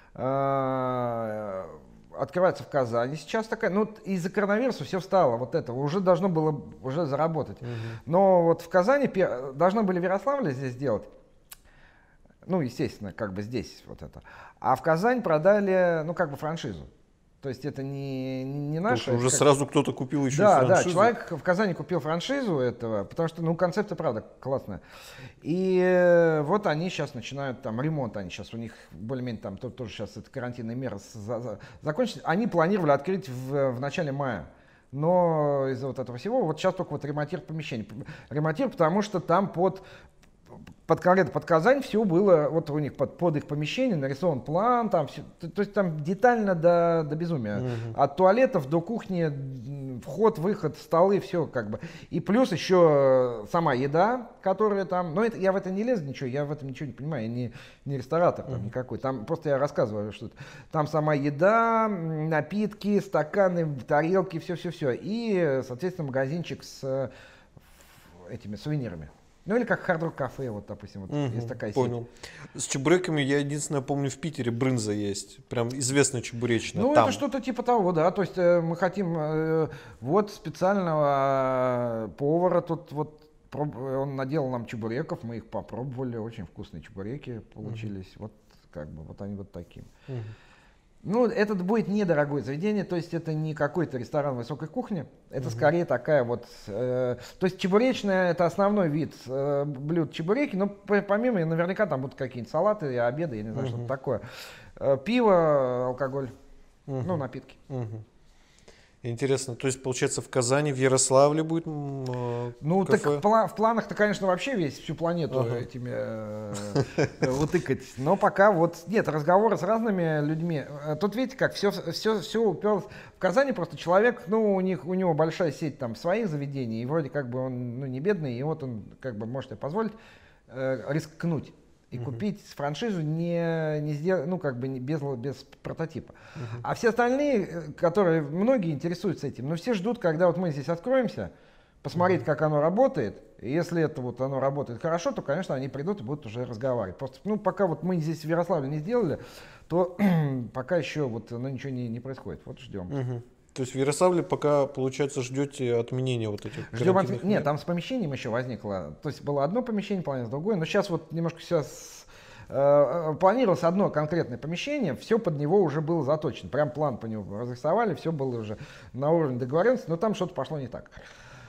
Э, открывается в Казани. Сейчас такая, ну, из-за коронавируса все встало, вот это, уже должно было уже заработать. Угу. Но вот в Казани должны были в Ярославле здесь сделать, ну, естественно, как бы здесь вот это. А в Казань продали, ну, как бы франшизу. То есть это не, не наше. Уже как... сразу кто-то купил еще да, франшизу. Да, человек в Казани купил франшизу этого, потому что, ну, концепция, правда, классная. И э, вот они сейчас начинают там ремонт, они сейчас у них более-менее там то, тоже сейчас это карантинные меры за, за, закончились. Они планировали открыть в, в начале мая. Но из-за вот этого всего, вот сейчас только вот ремонтируют помещение. Ремонтируют, потому что там под... Под, под Казань все было, вот у них под, под их помещение нарисован план, там все, то, то есть там детально до, до безумия. Uh-huh. От туалетов до кухни, вход, выход, столы, все как бы. И плюс еще сама еда, которая там, но это, я в это не лезу ничего, я в этом ничего не понимаю, я не, не ресторатор там, uh-huh. никакой, там просто я рассказываю что-то. Там сама еда, напитки, стаканы, тарелки, все-все-все. И, соответственно, магазинчик с этими сувенирами. Ну или как Hard Rock кафе, вот, допустим, вот угу, есть такая понял. Сеть. С чебуреками я единственное помню, в Питере брынза есть, прям известная чебуречная. Ну там. Это что-то типа того, да, то есть э, мы хотим э, вот специального э, повара тут вот, проб, он наделал нам чебуреков, мы их попробовали, очень вкусные чебуреки получились, угу. вот как бы, вот они вот такие. Угу. Ну, это будет недорогое заведение, то есть это не какой-то ресторан высокой кухни, это uh-huh. скорее такая вот, э, то есть чебуречная это основной вид э, блюд чебуреки, но помимо наверняка там будут какие-нибудь салаты, обеды, я не знаю, uh-huh. что-то такое. Э, пиво, алкоголь, uh-huh. ну, напитки. Uh-huh. Интересно, то есть получается в Казани, в Ярославле будет э, Ну кафе? Так в, в планах-то, конечно, вообще весь, всю планету ага. этими э, утыкать, но пока вот нет, разговоры с разными людьми. Тут видите как, все, все, все уперлось. В Казани просто человек, ну у них, у него большая сеть там своих заведений, и вроде как бы он ну, не бедный, и вот он как бы может себе позволить э, рискнуть. И uh-huh. купить франшизу не, не сдел, ну, как бы не, без, без прототипа. Uh-huh. А все остальные, которые многие интересуются этим, но все ждут, когда вот мы здесь откроемся, посмотреть, uh-huh. как оно работает. И если это вот оно работает хорошо, то, конечно, они придут и будут уже разговаривать. Просто, ну, пока вот мы здесь в Ярославле не сделали, то пока еще вот ну, ничего не, не происходит. Вот ждем. Uh-huh. То есть в Ярославле пока, получается, ждете отменения вот этих Ждем от... Нет, там с помещением еще возникло. То есть было одно помещение, планировалось другое, но сейчас вот немножко сейчас э, планировалось одно конкретное помещение, все под него уже было заточено. Прям план по нему разрисовали, все было уже на уровне договоренности, но там что-то пошло не так.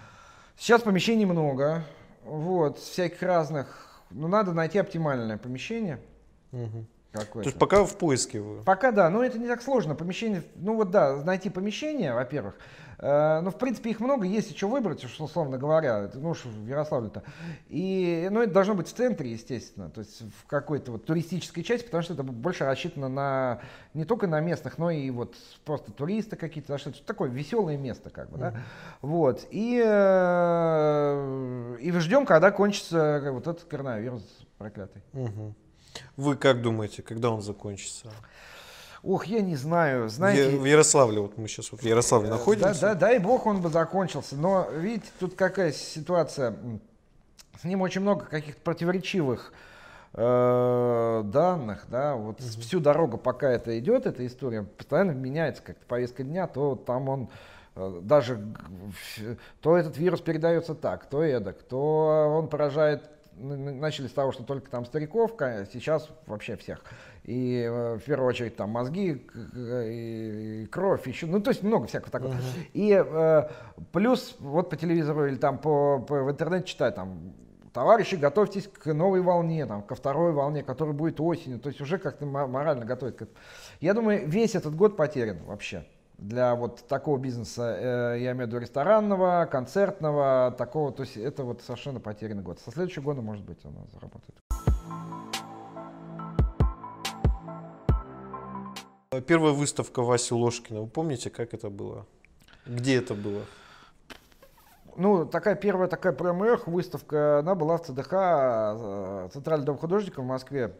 Сейчас помещений много, вот, всяких разных. Но надо найти оптимальное помещение. Угу. Какой-то. То есть пока в поиске вы? Пока да, но это не так сложно. Помещение, ну вот да, найти помещение, во-первых. Э, ну, в принципе, их много, есть что выбрать, уж, условно говоря, ну уж в Ярославле-то. И, ну, это должно быть в центре, естественно, то есть в какой-то вот туристической части, потому что это больше рассчитано на не только на местных, но и вот просто туристы какие-то, что-то такое веселое место, как бы, да. Uh-huh. Вот. И, э, и ждем, когда кончится вот этот коронавирус проклятый. Uh-huh. Вы как думаете, когда он закончится? Ох, я не знаю, знаете... В Ярославле, вот мы сейчас вот в Ярославле находимся. Да, да, дай бог он бы закончился, но видите, тут какая ситуация, с ним очень много каких-то противоречивых э, данных, да, вот угу. всю дорогу, пока это идет, эта история, постоянно меняется как-то повестка дня, то там он э, даже, то этот вирус передается так, то эдак, то он поражает. Начали с того, что только там стариков, сейчас вообще всех. И э, в первую очередь там мозги, и, и кровь, еще, ну то есть много всякого такого. Uh-huh. И э, плюс вот по телевизору или там по, по, в интернете читаю, там, товарищи, готовьтесь к новой волне, там, ко второй волне, которая будет осенью. То есть уже как-то морально готовить к этому. Я думаю, весь этот год потерян вообще. Для вот такого бизнеса, э, я имею в виду ресторанного, концертного, такого, то есть это вот совершенно потерянный год. Со следующего года, может быть, она заработает. Первая выставка Васи Ложкина, вы помните, как это было? Где это было? Ну, такая первая такая прям эх, выставка, она была в ЦДХ, Центральный дом художников в Москве.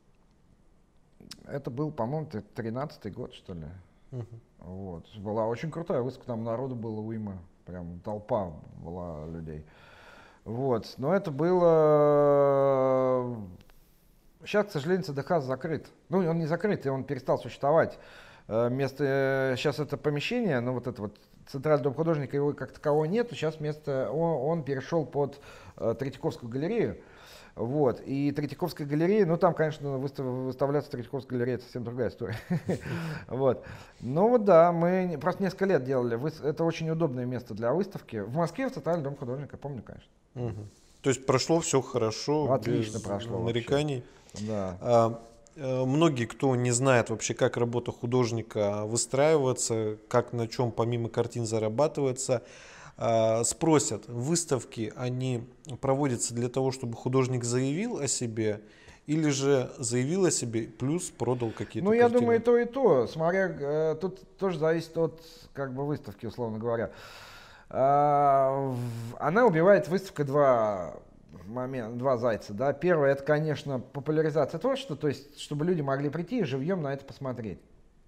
Это был, по-моему, тринадцатый год, что ли. Uh-huh. Вот. Была очень крутая выставка, там народу было уйма, прям толпа была людей. Вот. Но это было... Сейчас, к сожалению, ЦДХ закрыт. Ну, он не закрыт, и он перестал существовать. Место... Сейчас это помещение, ну вот это вот Центральный дом художника, его как такового нет, сейчас место... он, он перешел под Третьяковскую галерею. Вот. И Третьяковская галерея, ну там, конечно, выстав, выставляться в Третьяковской галерее — это совсем другая история. Вот. Ну вот да, мы просто несколько лет делали. Это очень удобное место для выставки. В Москве, в Центральном доме художника, помню, конечно. То есть прошло все хорошо, отлично без прошло нареканий. Да. А, многие, кто не знает вообще, как работа художника выстраивается, как на чем помимо картин зарабатывается, а, спросят, выставки, они проводятся для того, чтобы художник заявил о себе, или же заявил о себе, плюс продал какие-то Ну, картины? я думаю, и то, и то. Смотря, э, тут тоже зависит от как бы выставки, условно говоря. А, в- она убивает выставка два момента, два зайца. Да. Первое — это, конечно, популяризация творчества, то есть чтобы люди могли прийти и живьем на это посмотреть,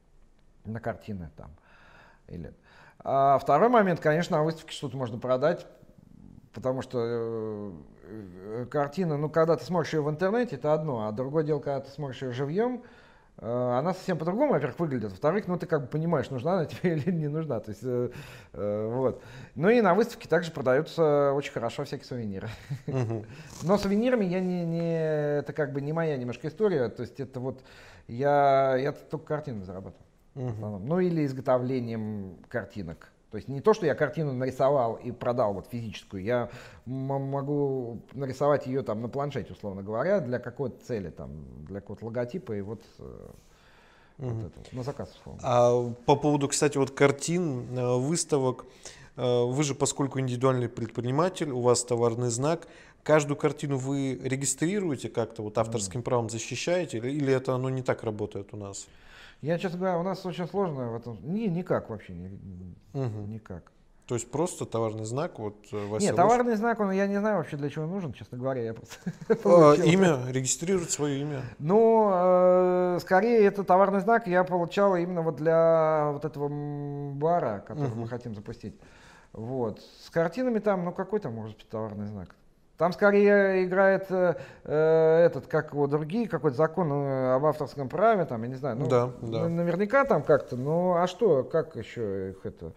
на картины там. Или... А второй момент, конечно, на выставке что-то можно продать, потому что э, э, картина, ну, когда ты смотришь ее в интернете, это одно, а другое дело, когда ты смотришь ее живьем, э, она совсем по-другому, во-первых, выглядит, во-вторых, ну, ты как бы понимаешь, нужна она тебе или не нужна, то есть, э, э, вот. Ну, и на выставке также продаются очень хорошо всякие сувениры. Мгм. Но сувенирами я не, не, это как бы не моя немножко история, то есть это вот, я, я только картинами зарабатываю. В основном. Ну или изготовлением картинок. То есть не то, что я картину нарисовал и продал вот физическую, я м- могу нарисовать ее там на планшете, условно говоря, для какой-то цели, там, для какого-то логотипа и вот, э, вот это, вот, на заказ, условно. А по поводу, кстати, вот картин, э, выставок, э, вы же, поскольку индивидуальный предприниматель, у вас товарный знак, каждую картину вы регистрируете как-то, вот авторским правом защищаете, или, или это оно не так работает у нас? Я, честно говоря, у нас очень сложно в этом. Не, никак вообще, не, Мгм. никак. То есть просто товарный знак, вот э, Вася Нет, Лош- товарный знак, он, я не знаю вообще, для чего он нужен, честно говоря, я просто А, получил. имя, регистрирует свое имя. Ну, э, скорее, это товарный знак я получал именно вот для вот этого м, бара, который Мгм. мы хотим запустить. Вот. С картинами там, ну какой там может быть товарный знак? Там скорее играет э, э, этот, как его, другие, какой-то закон э, об авторском праве, там, я не знаю, ну, Да, да. на- наверняка там как-то, ну, а что, как еще их это,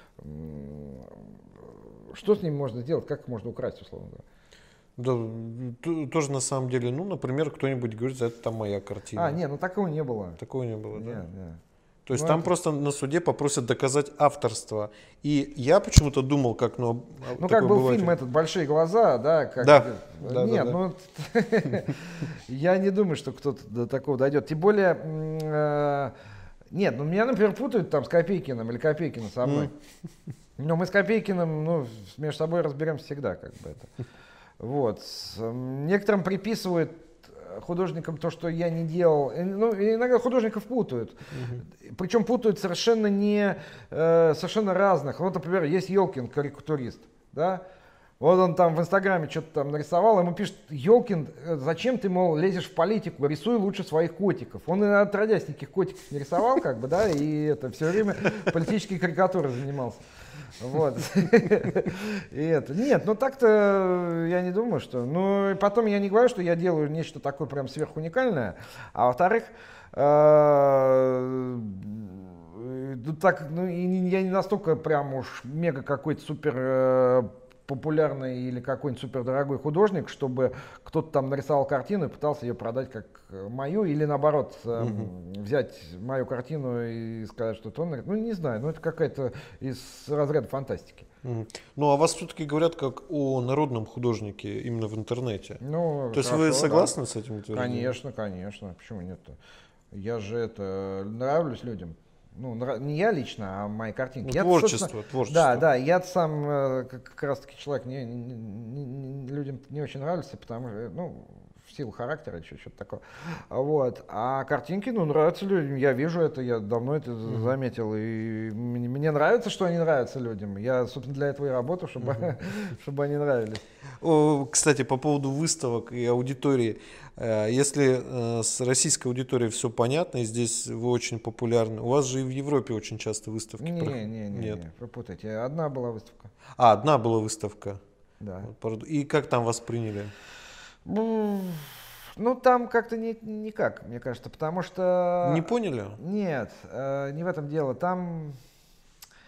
м, что с ними можно сделать, как их можно украсть, условно говоря? Да, т- тоже на самом деле, ну, например, кто-нибудь говорит, это там моя картина. А, не, ну такого не было. Такого не было, Не, да? не. То есть Ну, там это- просто на суде попросят доказать авторство. И я почему-то думал, как, ну, Ну, такой как был обыватель. фильм этот «Большие глаза», да? Как, Да, э, да, да, Нет, да. ну, я не думаю, что кто-то до такого дойдет. Тем более, м, э, нет, ну, меня, например, путают там с Копейкиным или Копейкиным со мной. Но мы с Копейкиным, ну, между собой разберемся всегда, как бы это. Вот. С, м, Некоторым приписывают э, художникам то, что я не делал. Э, Ну, и иногда художников путают. Причем путают совершенно не э, совершенно разных. Вот, например, есть Ёлкин, карикатурист, да? Вот он там в Инстаграме что-то там нарисовал, ему пишет: Ёлкин, э, зачем ты, мол, лезешь в политику, рисуй лучше своих котиков. Он и отродясь никаких котиков не рисовал, как бы, да, и это все время политической карикатурой занимался. Вот. И это. Нет, ну так-то я не думаю, что. Ну, и потом я не говорю, что я делаю нечто такое прям сверхуникальное. А во-вторых, э, ну, так, ну, и не- я не настолько прям уж мега какой-то супер э, популярный или какой-нибудь супер дорогой художник, чтобы кто-то там нарисовал картину и пытался ее продать как э, мою, или наоборот эм, взять мою картину и сказать, что это он. нарис- Ну, не знаю, ну это какая-то из разряда фантастики. Мгм. Ну, а вас все-таки говорят как о народном художнике именно в интернете. Ну, То есть хорошо, вы да. согласны с этим утверждением? Конечно, конечно. Почему нет-то? Я же это нравлюсь людям. Ну, нра- не я лично, а мои картинки. Ну, Я-то, творчество, собственно, творчество. Да, да, я сам э, как, как раз таки человек не, не- не- не- людям не очень нравится, потому что, ну, в силу характера или что-то такое. Вот. А картинки, ну, нравятся людям. Я вижу это, я давно это заметил. И мне, мне нравится, что они нравятся людям. Я, собственно, для этого и работаю, чтобы, чтобы они нравились. О, кстати, по поводу выставок и аудитории. Э, Если э, с российской аудиторией все понятно, и здесь вы очень популярны, у вас же и в Европе очень часто выставки Не, проходят. не, не, Нет. не, вы путаете. Одна была выставка. А, одна была выставка. Да. Вот, пардон. И как там вас приняли? Ну, ну, там как-то не, никак, мне кажется, потому что... Не поняли? Нет, э, не в этом дело. Там,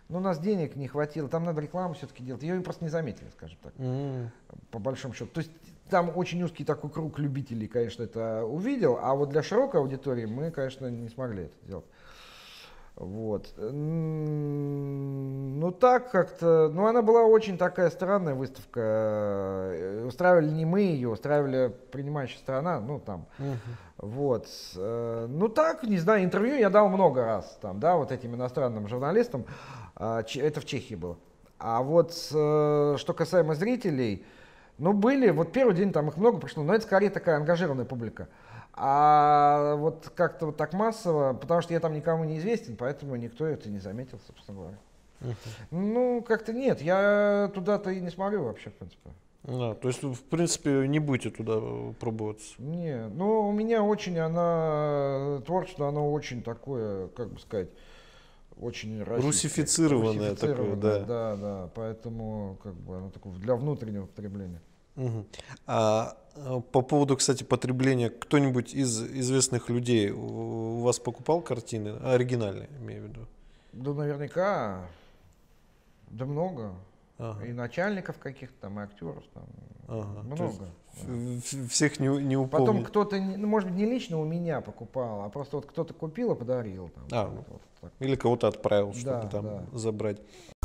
Ну, у нас денег не хватило, там надо рекламу все-таки делать. Ее просто не заметили, скажем так, М. по большому счету. То есть там очень узкий такой круг любителей, конечно, это увидел, а вот для широкой аудитории мы, конечно, не смогли это сделать. Вот. М, Ну так как-то, ну она была очень такая странная выставка. Э, Устраивали не мы ее, устраивали принимающая сторона, ну там. Мгм. Вот. Э, Ну так, не знаю, интервью я дал много раз, там, да, вот этим иностранным журналистам. А, че- Это в Чехии было. А вот э, что касаемо зрителей, ну были, вот первый день там их много пришло, но это скорее такая ангажированная публика. А вот как-то вот так массово, потому что я там никому не известен, поэтому никто это не заметил, собственно говоря. Мгм. Ну, как-то нет, я туда-то и не смотрю вообще, в принципе. Да, то есть, в принципе, не будете туда э, пробоваться. Не, ну у меня очень она, творчество, оно очень такое, как бы сказать, очень российское. Русифицированное такое, Русифицированное, да. да, да, поэтому как бы оно такое для внутреннего потребления. Мгм. А э, по поводу, кстати, потребления, кто-нибудь из известных людей у у вас покупал картины? Оригинальные, имею в виду. Да наверняка, да много. Ага, И начальников каких-то там, и актеров там, ага. То есть много. да. в- в- всех не, не Потом упомнить. кто-то, не- ну, может быть, не лично у меня покупал, а просто вот кто-то купил и подарил. Там, А, вот, ну, вот так. Или кого-то отправил, чтобы Да, там да. забрать.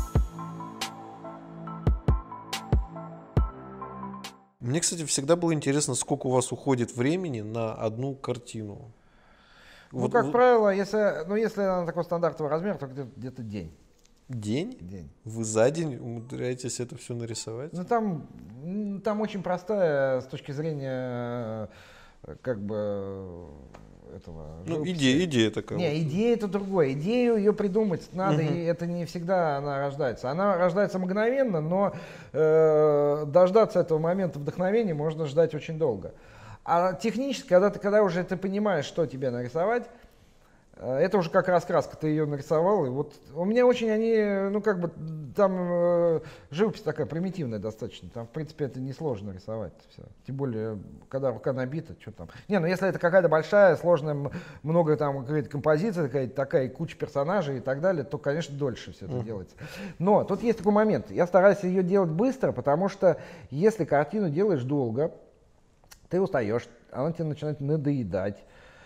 Мне, кстати, всегда было интересно, сколько у вас уходит времени на одну картину. Ну, Вот как вы- правило, если, ну, если она такого стандартного размера, то где-то, где-то день. День? день. Вы за день умудряетесь это все нарисовать? Ну, там, м, там очень простая с точки зрения э, как бы э, этого. Ну, живописи. идея, идея такая. Не, вот. идея это другое. Идею ее придумать надо, Мгм. и это не всегда она рождается. Она рождается мгновенно, но э, дождаться этого момента вдохновения можно ждать очень долго. А технически, когда ты, когда уже ты понимаешь, что тебе нарисовать, э, это уже как раскраска, ты ее нарисовал. И вот у меня очень они, ну как бы там э, живопись такая примитивная достаточно. Там, в принципе, это несложно рисовать. Все. Тем более, когда рука набита, что там. Не, ну если это какая-то большая, сложная, м- много там какая-то композиция, какая-то такая, куча персонажей и так далее, то, конечно, дольше все это Мгм. делается. Но тут есть такой момент. Я стараюсь ее делать быстро, потому что если картину делаешь долго, ты устаешь, она тебе начинает надоедать,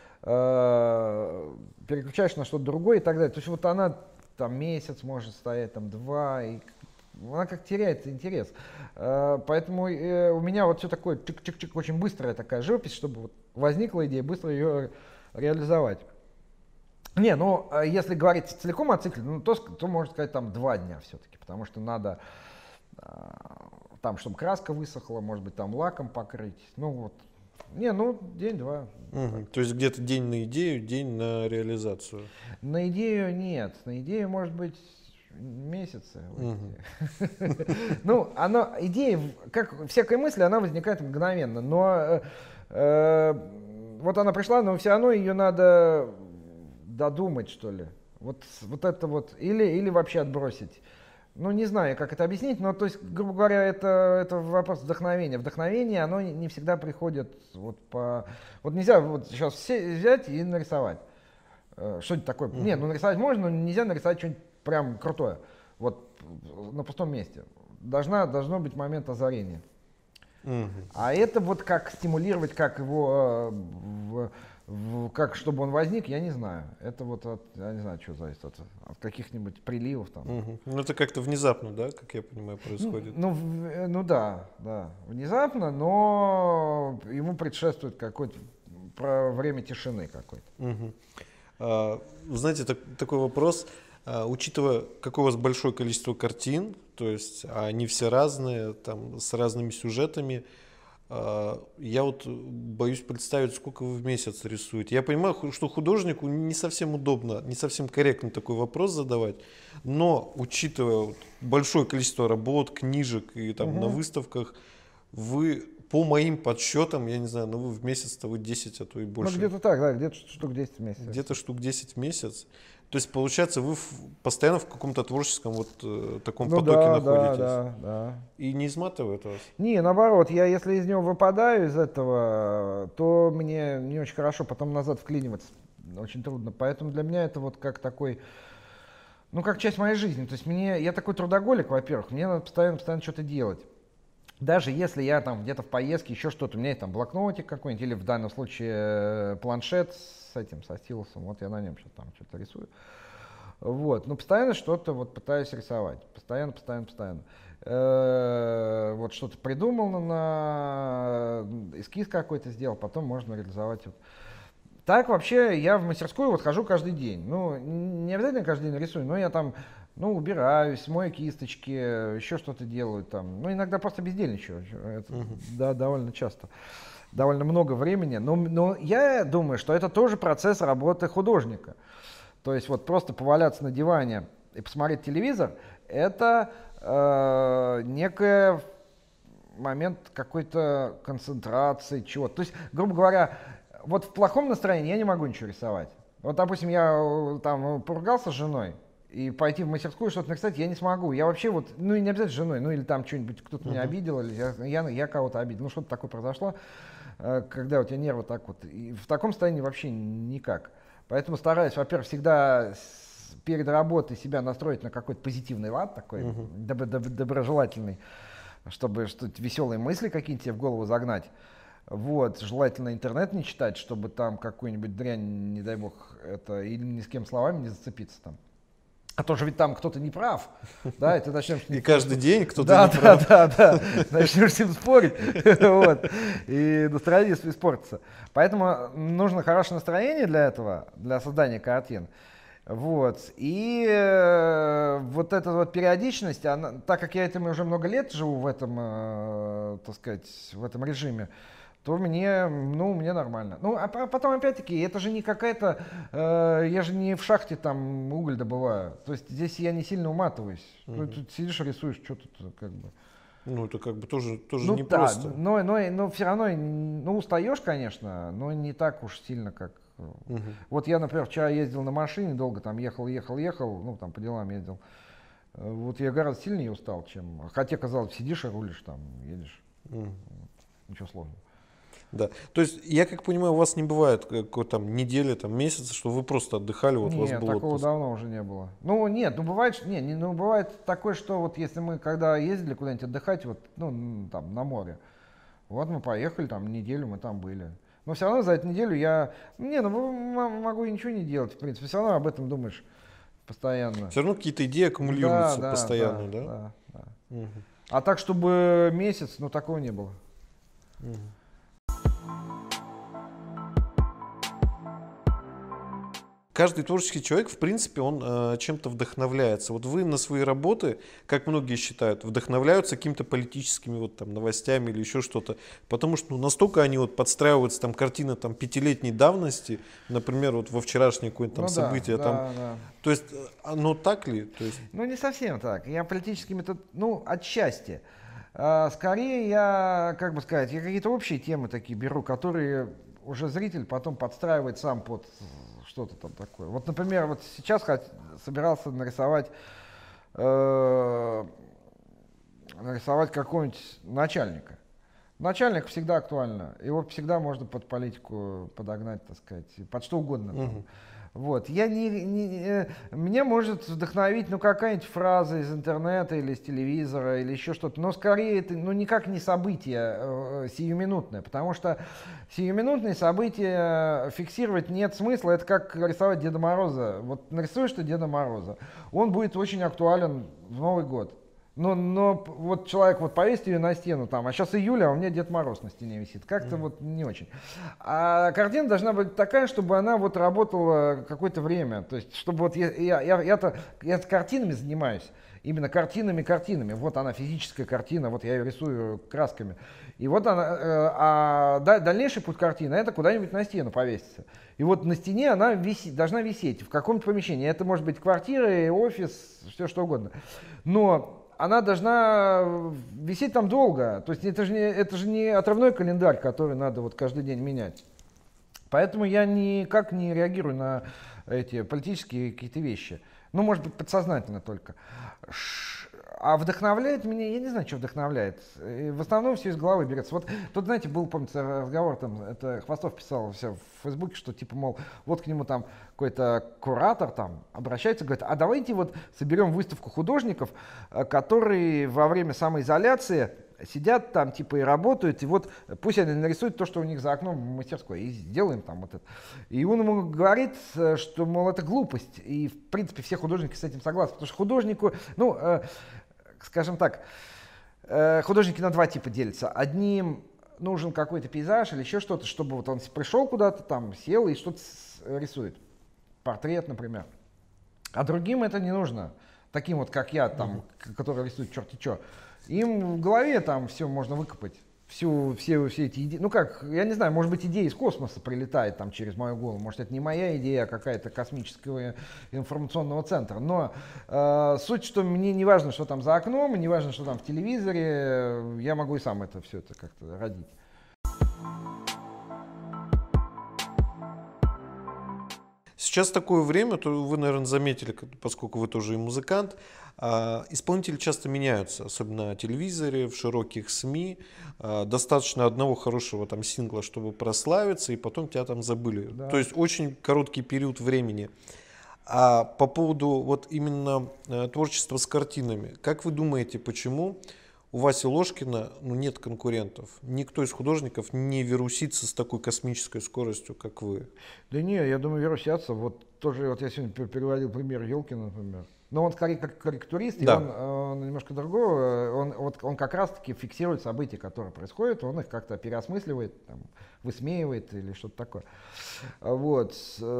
э, переключаешь на что-то другое и так далее. То есть вот она там месяц может стоять, там два, и она как теряет интерес. Э, Поэтому э, у меня вот все такое чик-чик-чик, очень быстрая такая живопись, чтобы вот возникла идея, быстро ее реализовать. Не, ну э, если говорить целиком о цикле, ну, то, ск- то можно сказать там два дня все-таки, потому что надо э, там, чтобы краска высохла, может быть, там лаком покрыть. Ну вот. Не, ну день-два. Мгм. То есть где-то день на идею, день на реализацию. На идею нет. На идею может быть месяцы. Мгм. Ну, она, идея, в- как всякая мысль, она возникает мгновенно. Но э, э, вот она пришла, но все равно ее надо додумать, что ли. Вот, вот это вот. Или, или вообще отбросить. Ну, не знаю, как это объяснить, но, то есть, грубо говоря, это, это вопрос вдохновения. Вдохновение, оно не не всегда приходит вот по... Вот нельзя вот сейчас все взять и нарисовать. Э, Что-нибудь такое. Мгм. Не, ну нарисовать можно, но нельзя нарисовать что-нибудь прям крутое. Вот э, на пустом месте. Должна, должно быть момент озарения. Мгм. А это вот как стимулировать, как его, э, в- в- как чтобы он возник, я не знаю. Это вот от, я не знаю, что зависит от, от каких-нибудь приливов там. Мгм. Ну это как-то внезапно, да, как я понимаю, Ну, происходит. ну, в- э, ну да, да, внезапно, но ему предшествует какое-то про время тишины какой-то. Мгм. А, знаете, так- такой вопрос. А, учитывая, какое у вас большое количество картин, то есть они все разные, там, с разными сюжетами, а, я вот боюсь представить, сколько вы в месяц рисуете. Я понимаю, ху- что художнику не совсем удобно, не совсем корректно такой вопрос задавать, но учитывая вот большое количество работ, книжек и там на Мгм. выставках, вы, по моим подсчетам, я не знаю, ну вы в месяц-то вы десять, а то и Ну больше. где-то так, да, где-то штук десять в месяц. Где-то штук десять в месяц. То есть, получается, вы в- постоянно в каком-то творческом вот э, таком Ну потоке да, находитесь. да, да, да. И не изматывает вас? Не, наоборот, я если из него выпадаю из этого, то мне не очень хорошо потом назад вклиниваться. Очень трудно. Поэтому для меня это вот как такой ну, как часть моей жизни. То есть мне, я такой трудоголик, во-первых, мне надо постоянно, постоянно что-то делать. Даже если я там где-то в поездке, еще что-то, у меня есть там блокнотик какой-нибудь, или в данном случае планшет с этим, со стилусом, вот я на нем сейчас там что-то рисую. Вот, но постоянно что-то вот пытаюсь рисовать, постоянно, постоянно, постоянно. Э-э- вот что-то придумал на эскиз какой-то сделал, потом можно реализовать. Вот. Так вообще я в мастерскую вот хожу каждый день. Ну, не обязательно каждый день рисую, но я там, ну, убираюсь, мою кисточки, еще что-то делаю там. Ну, иногда просто бездельничаю. Это, uh-huh. Да, довольно часто. Довольно много времени. Но, но я думаю, что это тоже процесс работы художника. То есть вот просто поваляться на диване и посмотреть телевизор, это э, некий момент какой-то концентрации, чего-то. То есть, грубо говоря, вот в плохом настроении я не могу ничего рисовать. Вот, допустим, я там поругался с женой, и пойти в мастерскую что-то нарисовать я не смогу. Я вообще вот, ну и не обязательно с женой, ну или там что-нибудь, кто-то uh-huh. меня обидел, или я, я, я кого-то обидел. Ну что-то такое произошло, когда у тебя нервы так вот. И в таком состоянии вообще никак. Поэтому стараюсь, во-первых, всегда перед работой себя настроить на какой-то позитивный лад, такой uh-huh. доб- доб- доброжелательный, чтобы что-то веселые мысли какие-то себе в голову загнать. Вот, желательно интернет не читать, чтобы там какую-нибудь дрянь, не дай бог, это, или ни с кем словами не зацепиться там. А то же ведь там кто-то не прав, да, и ты начнешь... И каждый день кто-то да, не да, прав. Да, да, да, начнешь с ним спорить, вот, и настроение испортится. Поэтому нужно хорошее настроение для этого, для создания картин. Вот, и э, вот эта вот периодичность, она, так как я этим уже много лет живу в этом, э, так сказать, в этом режиме, то мне, ну, мне нормально. Ну, а потом, опять-таки, это же не какая-то, э, я же не в шахте там уголь добываю. То есть здесь я не сильно уматываюсь. Uh-huh. Ну, тут сидишь, рисуешь, что тут как бы. Ну, это как бы тоже, тоже ну, непросто. Да, но, но, но все равно, ну, устаешь, конечно, но не так уж сильно, как... Uh-huh. Вот я, например, вчера ездил на машине, долго там ехал, ехал, ехал, ну, там по делам ездил. Вот я гораздо сильнее устал, чем... Хотя, казалось, сидишь и рулишь там, едешь. Uh-huh. Ничего сложного. Да, то есть я как понимаю, у вас не бывает какой-то там недели, там месяца, что вы просто отдыхали, вот нет, у вас был такого отпуск. Давно уже не было. Ну нет, ну бывает, не, не, ну бывает такое, что вот если мы когда ездили куда-нибудь отдыхать, вот, ну там на море, вот мы поехали, там неделю мы там были. Но все равно за эту неделю я, не, ну могу и ничего не делать, в принципе, все равно об этом думаешь постоянно. Все равно какие-то идеи аккумулируются да, да, постоянно, да? да? да, да. Угу. А так, чтобы месяц, ну такого не было. Угу. Каждый творческий человек, в принципе, он э, чем-то вдохновляется. Вот вы на свои работы, как многие считают, вдохновляются какими-то политическими вот, там, новостями или еще что-то. Потому что ну, настолько они вот, подстраиваются, там, картина там, пятилетней давности, например, вот во вчерашнее какое-то там ну, событие. Да, там, да, да. То есть, оно так ли? То есть... Ну, не совсем так. Я политическими, ну, отчасти. А, скорее я, как бы сказать, я какие-то общие темы такие беру, которые уже зритель потом подстраивает сам под... что-то там такое. Вот, например, вот сейчас хот... собирался нарисовать, э... нарисовать какого-нибудь начальника. Начальник всегда актуально. Его всегда можно под политику подогнать, так сказать, под что угодно. Uh-huh. Вот. Я не, не, меня может вдохновить ну, какая-нибудь фраза из интернета или из телевизора или еще что-то, но скорее это ну, никак не событие э, сиюминутное, потому что сиюминутные события фиксировать нет смысла. Это как рисовать Деда Мороза. Вот нарисуешь ты Деда Мороза, он будет очень актуален в Новый год. Но, но вот человек вот повесит ее на стену, там, а сейчас июля, а у меня Дед Мороз на стене висит. Как-то mm. вот не очень. А картина должна быть такая, чтобы она вот работала какое-то время. То есть, чтобы вот я, я, я, я-то, я картинами занимаюсь. Именно картинами-картинами. Вот она, физическая картина, вот я ее рисую красками. И вот она, э, а дальнейший путь картины, это куда-нибудь на стену повесится. И вот на стене она висит, должна висеть в каком-то помещении. Это может быть квартира, офис, все что угодно. Но она должна висеть там долго. То есть это же не, это же не отрывной календарь, который надо вот каждый день менять. Поэтому я никак не реагирую на эти политические какие-то вещи. Ну, может быть, подсознательно только. А вдохновляет меня, я не знаю, что вдохновляет. В основном все из головы берется. Вот тут, знаете, был, помните, разговор, там, это Хвостов писал все в Фейсбуке, что типа, мол, вот к нему там какой-то куратор там обращается, говорит, а давайте вот соберем выставку художников, которые во время самоизоляции сидят там типа и работают, и вот пусть они нарисуют то, что у них за окном в мастерской, и сделаем там вот это. И он ему говорит, что, мол, это глупость, и в принципе все художники с этим согласны, потому что художнику, ну, э, скажем так, э, художники на два типа делятся. Одним нужен какой-то пейзаж или еще что-то, чтобы вот он пришел куда-то там, сел и что-то рисует, портрет, например. А другим это не нужно, таким вот, как я, там, mm-hmm. который рисует черти что. Им в голове там все можно выкопать, всю, все, все эти идеи. Ну как, я не знаю, может быть, идея из космоса прилетает там через мою голову. Может, это не моя идея, а какая-то космического информационного центра. Но э, суть, что мне не важно, что там за окном, не важно, что там в телевизоре. Я могу и сам это все это как-то родить. Сейчас такое время, то вы, наверное, заметили, поскольку вы тоже и музыкант, исполнители часто меняются, особенно на телевизоре, в широких СМИ. Достаточно одного хорошего там сингла, чтобы прославиться, и потом тебя там забыли. Да. То есть очень короткий период времени. А по поводу вот именно творчества с картинами, как вы думаете, почему у Васи Ложкина ну, нет конкурентов? Никто из художников не вирусится с такой космической скоростью, как вы. Да не, я думаю, вирусятся. Вот тоже, вот я сегодня переводил пример Ёлкина, например. Но он скорее как карикатурист, да. И он, он немножко другого. Он, вот, он как раз-таки фиксирует события, которые происходят, он их как-то переосмысливает, там, высмеивает или что-то такое. Вот.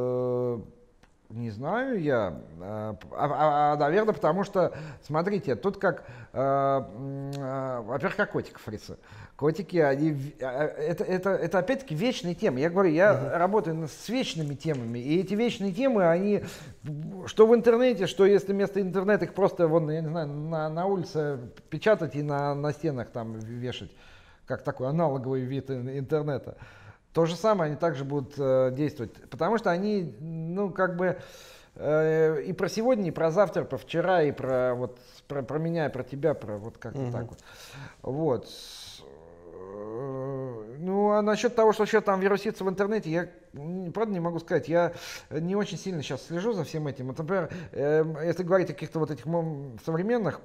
Не знаю я, а, а, а, наверное, потому что, смотрите, тут как, а, а, во-первых, как котиков рисую. Котики, они, это, это, это опять-таки вечные темы. Я говорю, я uh-huh. работаю с вечными темами, и эти вечные темы, они, что в интернете, что если вместо интернета их просто, вон, я не знаю, на, на улице печатать и на, на стенах там вешать, как такой аналоговый вид интернета. То же самое они также будут э, действовать, потому что они, ну, как бы э, и про сегодня, и про завтра, про вчера, и про, вот, про, про меня, и про тебя, про вот как-то mm-hmm. так вот. Вот. Ну, а насчет того, что сейчас там вирусится в интернете, я, правда, не могу сказать. Я не очень сильно сейчас слежу за всем этим. Вот, например, э, если говорить о каких-то вот этих современных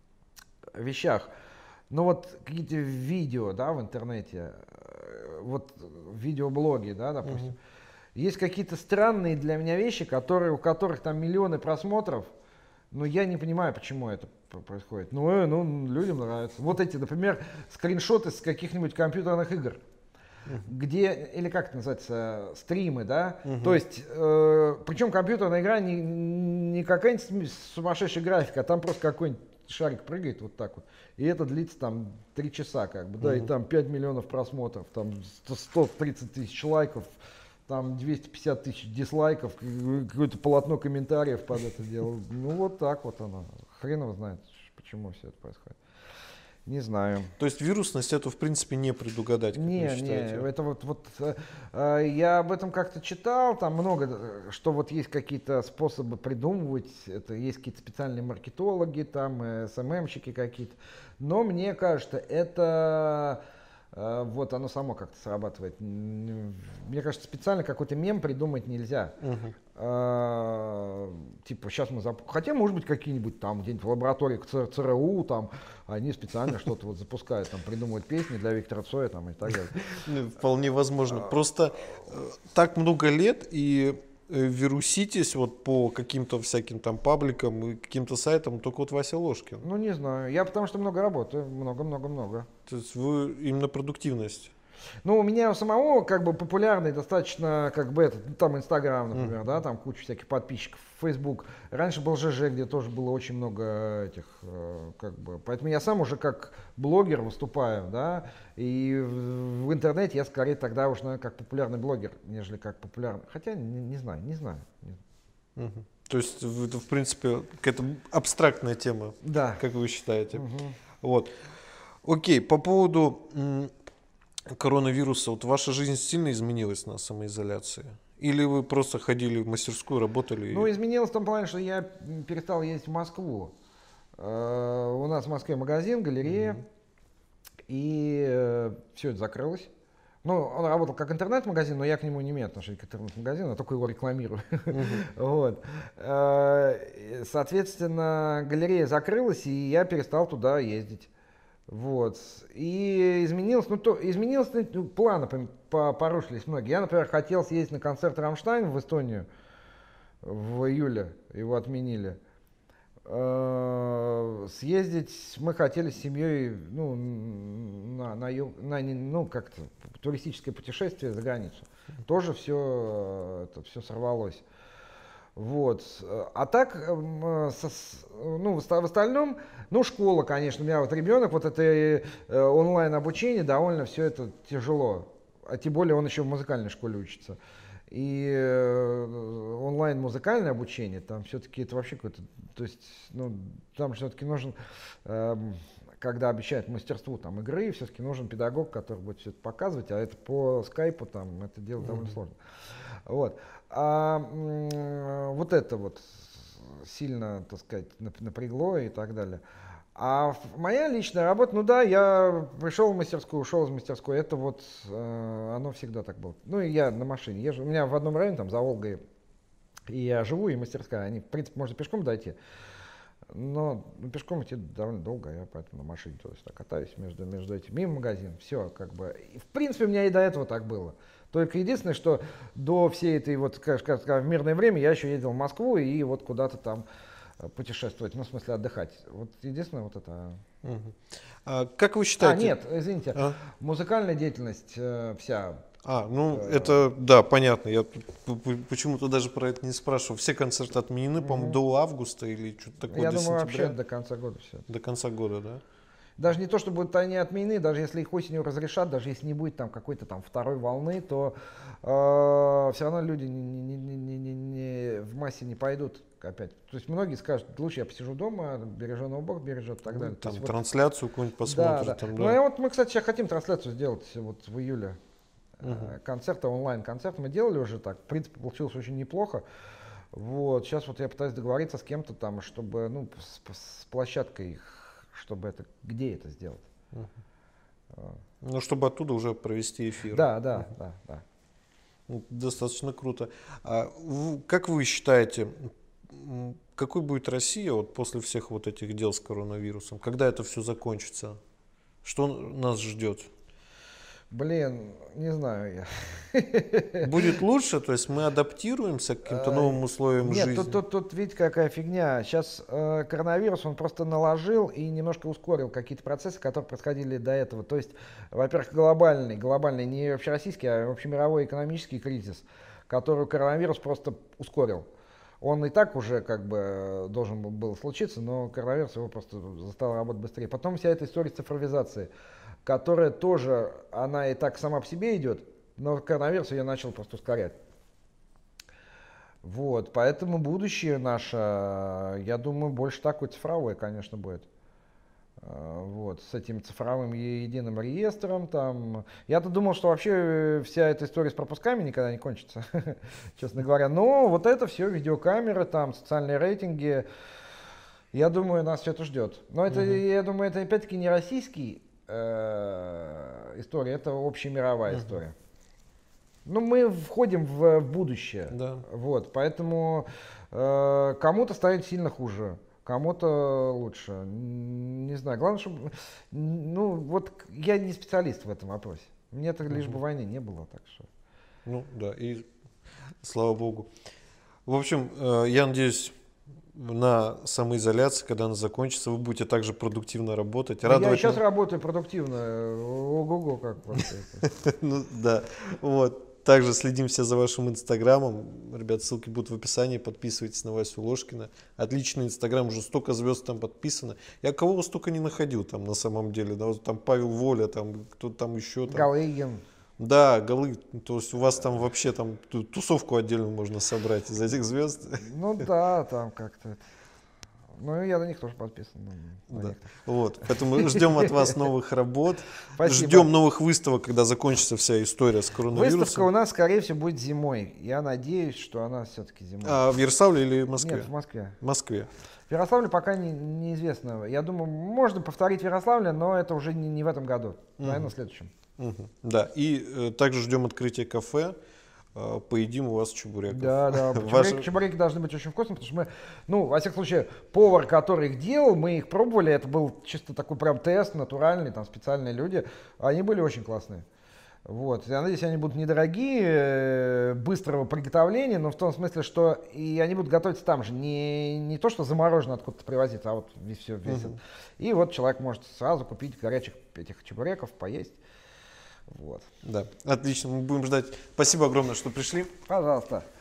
вещах, ну вот какие-то видео, да, в интернете, вот видеоблоги, да, допустим, mm-hmm. есть какие-то странные для меня вещи, которые, у которых там миллионы просмотров, но я не понимаю, почему это происходит. Ну, э, ну людям нравится. Вот эти, например, скриншоты с каких-нибудь компьютерных игр, mm-hmm. где, или как это называется, стримы, да, mm-hmm. то есть, э, причем компьютерная игра не, не какая-нибудь сумасшедшая графика, а там просто какой-нибудь шарик прыгает вот так вот, и это длится там три часа, как бы, да, mm-hmm. и там пять миллионов просмотров, там сто тридцать тысяч лайков, там двести пятьдесят тысяч дизлайков, какое-то полотно комментариев под это дело. Ну вот так вот оно. Хрен его знает, почему все это происходит. Не знаю. То есть вирусность эту в принципе не предугадать, как не, вы считаете? Не, это вот, вот э, я об этом как-то читал, там много, что вот есть какие-то способы придумывать, это есть какие-то специальные маркетологи, там, эс эм эм-щики какие-то, но мне кажется, это э, вот оно само как-то срабатывает. Мне кажется, специально какой-то мем придумать нельзя. Угу. Uh, типа сейчас мы зап... хотя может быть какие-нибудь там где-нибудь в лаборатории ЦРУ там они специально что-то вот запускают, там придумывают песни для Виктора Цоя там и так далее. Вполне возможно. Просто так много лет и вируситесь вот по каким-то всяким там пабликам и каким-то сайтам только вот Вася Ложкин. Ну не знаю, я потому что много работаю, много-много-много. То есть вы именно продуктивность. Ну, у меня у самого как бы популярный достаточно, как бы этот, ну, там Инстаграм, например, mm. да, там куча всяких подписчиков, Фейсбук. Раньше был ЖЖ, где тоже было очень много этих, как бы, поэтому я сам уже как блогер выступаю, да, и в, в интернете я скорее тогда уж, наверное, как популярный блогер, нежели как популярный, хотя не, не знаю, не знаю. Mm-hmm. То есть это, в принципе, какая-то абстрактная тема, да. Как вы считаете. Mm-hmm. Вот. Окей, по поводу коронавируса, вот ваша жизнь сильно изменилась на самоизоляции? Или вы просто ходили в мастерскую, работали? Ну, изменилось в том плане, что я перестал ездить в Москву. Э, у нас в Москве магазин, галерея, mm-hmm. и э, все это закрылось. Ну, он работал как интернет-магазин, но я к нему не имею отношения к интернет-магазину, я только его рекламирую. Mm-hmm. Вот. Соответственно, галерея закрылась, и я перестал туда ездить. Вот. И изменилось, ну, то, изменилось, ну, планы порушились многие. Я, например, хотел съездить на концерт «Рамштайн» в Эстонию в июле, его отменили. Съездить мы хотели с семьей, ну, на, на, на ну, как-то туристическое путешествие за границу. Тоже все, это все сорвалось. Вот. А так, со, ну, в остальном, ну, школа, конечно, у меня вот ребенок, вот это онлайн-обучение, довольно все это тяжело. А тем более он еще в музыкальной школе учится. И онлайн-музыкальное обучение, там все-таки это вообще какое-то, то есть, ну, там все-таки нужен, э, когда обещают мастерству там игры, все-таки нужен педагог, который будет все это показывать, а это по скайпу там, это дело mm-hmm. довольно сложно. Вот. А м- вот это вот сильно, так сказать, напрягло и так далее. А моя личная работа, ну да, я пришел в мастерскую, ушел из мастерской, это вот, э, оно всегда так было. Ну и я на машине езжу, у меня в одном районе, там, за Волгой, и я живу, и мастерская, они, в принципе, можно пешком дойти, но ну, пешком идти довольно долго, я поэтому на машине то есть, так, катаюсь между, между этим, мимо магазин, все, как бы, и, в принципе, у меня и до этого так было. Только единственное, что до всей этой, вот, как сказать, в мирное время я еще ездил в Москву и вот куда-то там путешествовать, ну, в смысле отдыхать. Вот единственное вот это. Угу. А как вы считаете? А, нет, извините, а? Музыкальная деятельность э, вся. А, ну, э, это, да, понятно. Я почему-то даже про это не спрашивал. Все концерты отменены, по-моему, угу. до августа или что-то такое, Я до думаю, сентября? вообще до конца года все. До конца года, да? Даже не то, что будут они отменены, даже если их осенью разрешат, даже если не будет там какой-то там второй волны, то э, все равно люди не, не, не, не, не, не, в массе не пойдут опять. То есть многие скажут, лучше я посижу дома, береженого Бог бережет и так далее. Там есть, трансляцию вот, какую-нибудь посмотрят. Да, да. Там, да. Ну и вот мы, кстати, сейчас хотим трансляцию сделать вот в июле. Угу. Концерта, онлайн-концерт мы делали уже так. В принципе, получилось очень неплохо. Вот. Сейчас вот я пытаюсь договориться с кем-то там, чтобы, ну, с, с площадкой их, чтобы это, где это сделать. Uh-huh. Ну, чтобы оттуда уже провести эфир. Да, да, uh-huh. да, да. Достаточно круто. А как вы считаете, какой будет Россия вот после всех вот этих дел с коронавирусом? Когда это все закончится? Что нас ждет? Блин, не знаю я. Будет лучше, то есть мы адаптируемся к каким-то новым условиям Нет, жизни? Нет, тут, тут, тут видите, какая фигня. Сейчас э, коронавирус, он просто наложил и немножко ускорил какие-то процессы, которые происходили до этого. То есть, во-первых, глобальный, глобальный, не общероссийский, а общемировой экономический кризис, который коронавирус просто ускорил. Он и так уже как бы должен был случиться, но коронавирус его просто заставил работать быстрее. Потом вся эта история цифровизации, которая тоже, она и так сама по себе идет, но коронавирус ее начал просто ускорять. Вот, поэтому будущее наше, я думаю, больше такое цифровое, конечно, будет. Вот, с этим цифровым единым реестром. Там. Я-то думал, что вообще вся эта история с пропусками никогда не кончится, честно говоря. Но вот это все, видеокамеры, там, социальные рейтинги, я думаю, нас все это ждет. Но это, угу. я думаю, это опять-таки не российский э, история, это общемировая угу. история. Ну, мы входим в, в будущее. Да. Вот, поэтому э, кому-то станет сильно хуже. Кому-то лучше. Не знаю. Главное, чтобы... Ну, вот я не специалист в этом вопросе. Мне-то лишь бы войны не было, так что... Ну, да, и слава богу. В общем, я надеюсь, на самоизоляции, когда она закончится, вы будете также продуктивно работать. Я сейчас работаю продуктивно. Ого-го, как вообще. Ну, да, вот. Также следим все за вашим инстаграмом. Ребят, ссылки будут в описании. Подписывайтесь на Васю Ложкина. Отличный инстаграм, уже столько звезд там подписано. Я кого столько не находил там на самом деле. Да, вот там Павел Воля, там кто-то там еще. Там. Галыгин. Да, голы. То есть у вас там вообще там тусовку отдельно можно собрать из этих звезд. Ну да, там как-то. Ну, я на них тоже подписан. На да. Вот. Поэтому ждем от вас новых работ. Спасибо. Ждем новых выставок, когда закончится вся история с коронавирусом. Выставка у нас, скорее всего, будет зимой. Я надеюсь, что она все-таки зимой. А в Ярославле или в Москве? Нет, в Москве. В Москве. В Ярославле пока не, неизвестно. Я думаю, можно повторить в Ярославле, но это уже не, не в этом году. Угу. Наверное, в следующем. Угу. Да. И э, также ждем открытия кафе. Э, поедим у вас чебуреков. Да, да. Чебуреки, Ваши... чебуреки должны быть очень вкусными, потому что мы, ну, во всяком случае, повар, который их делал, мы их пробовали. Это был чисто такой прям тест, натуральный, там специальные люди. Они были очень классные. Вот. Я надеюсь, они будут недорогие, быстрого приготовления, но в том смысле, что и они будут готовиться там же. Не, не то, что заморожено откуда-то привозится, а вот все весит. Uh-huh. И вот человек может сразу купить горячих этих чебуреков, поесть. Вот. Да, отлично. Мы будем ждать. Спасибо огромное, что пришли. Пожалуйста.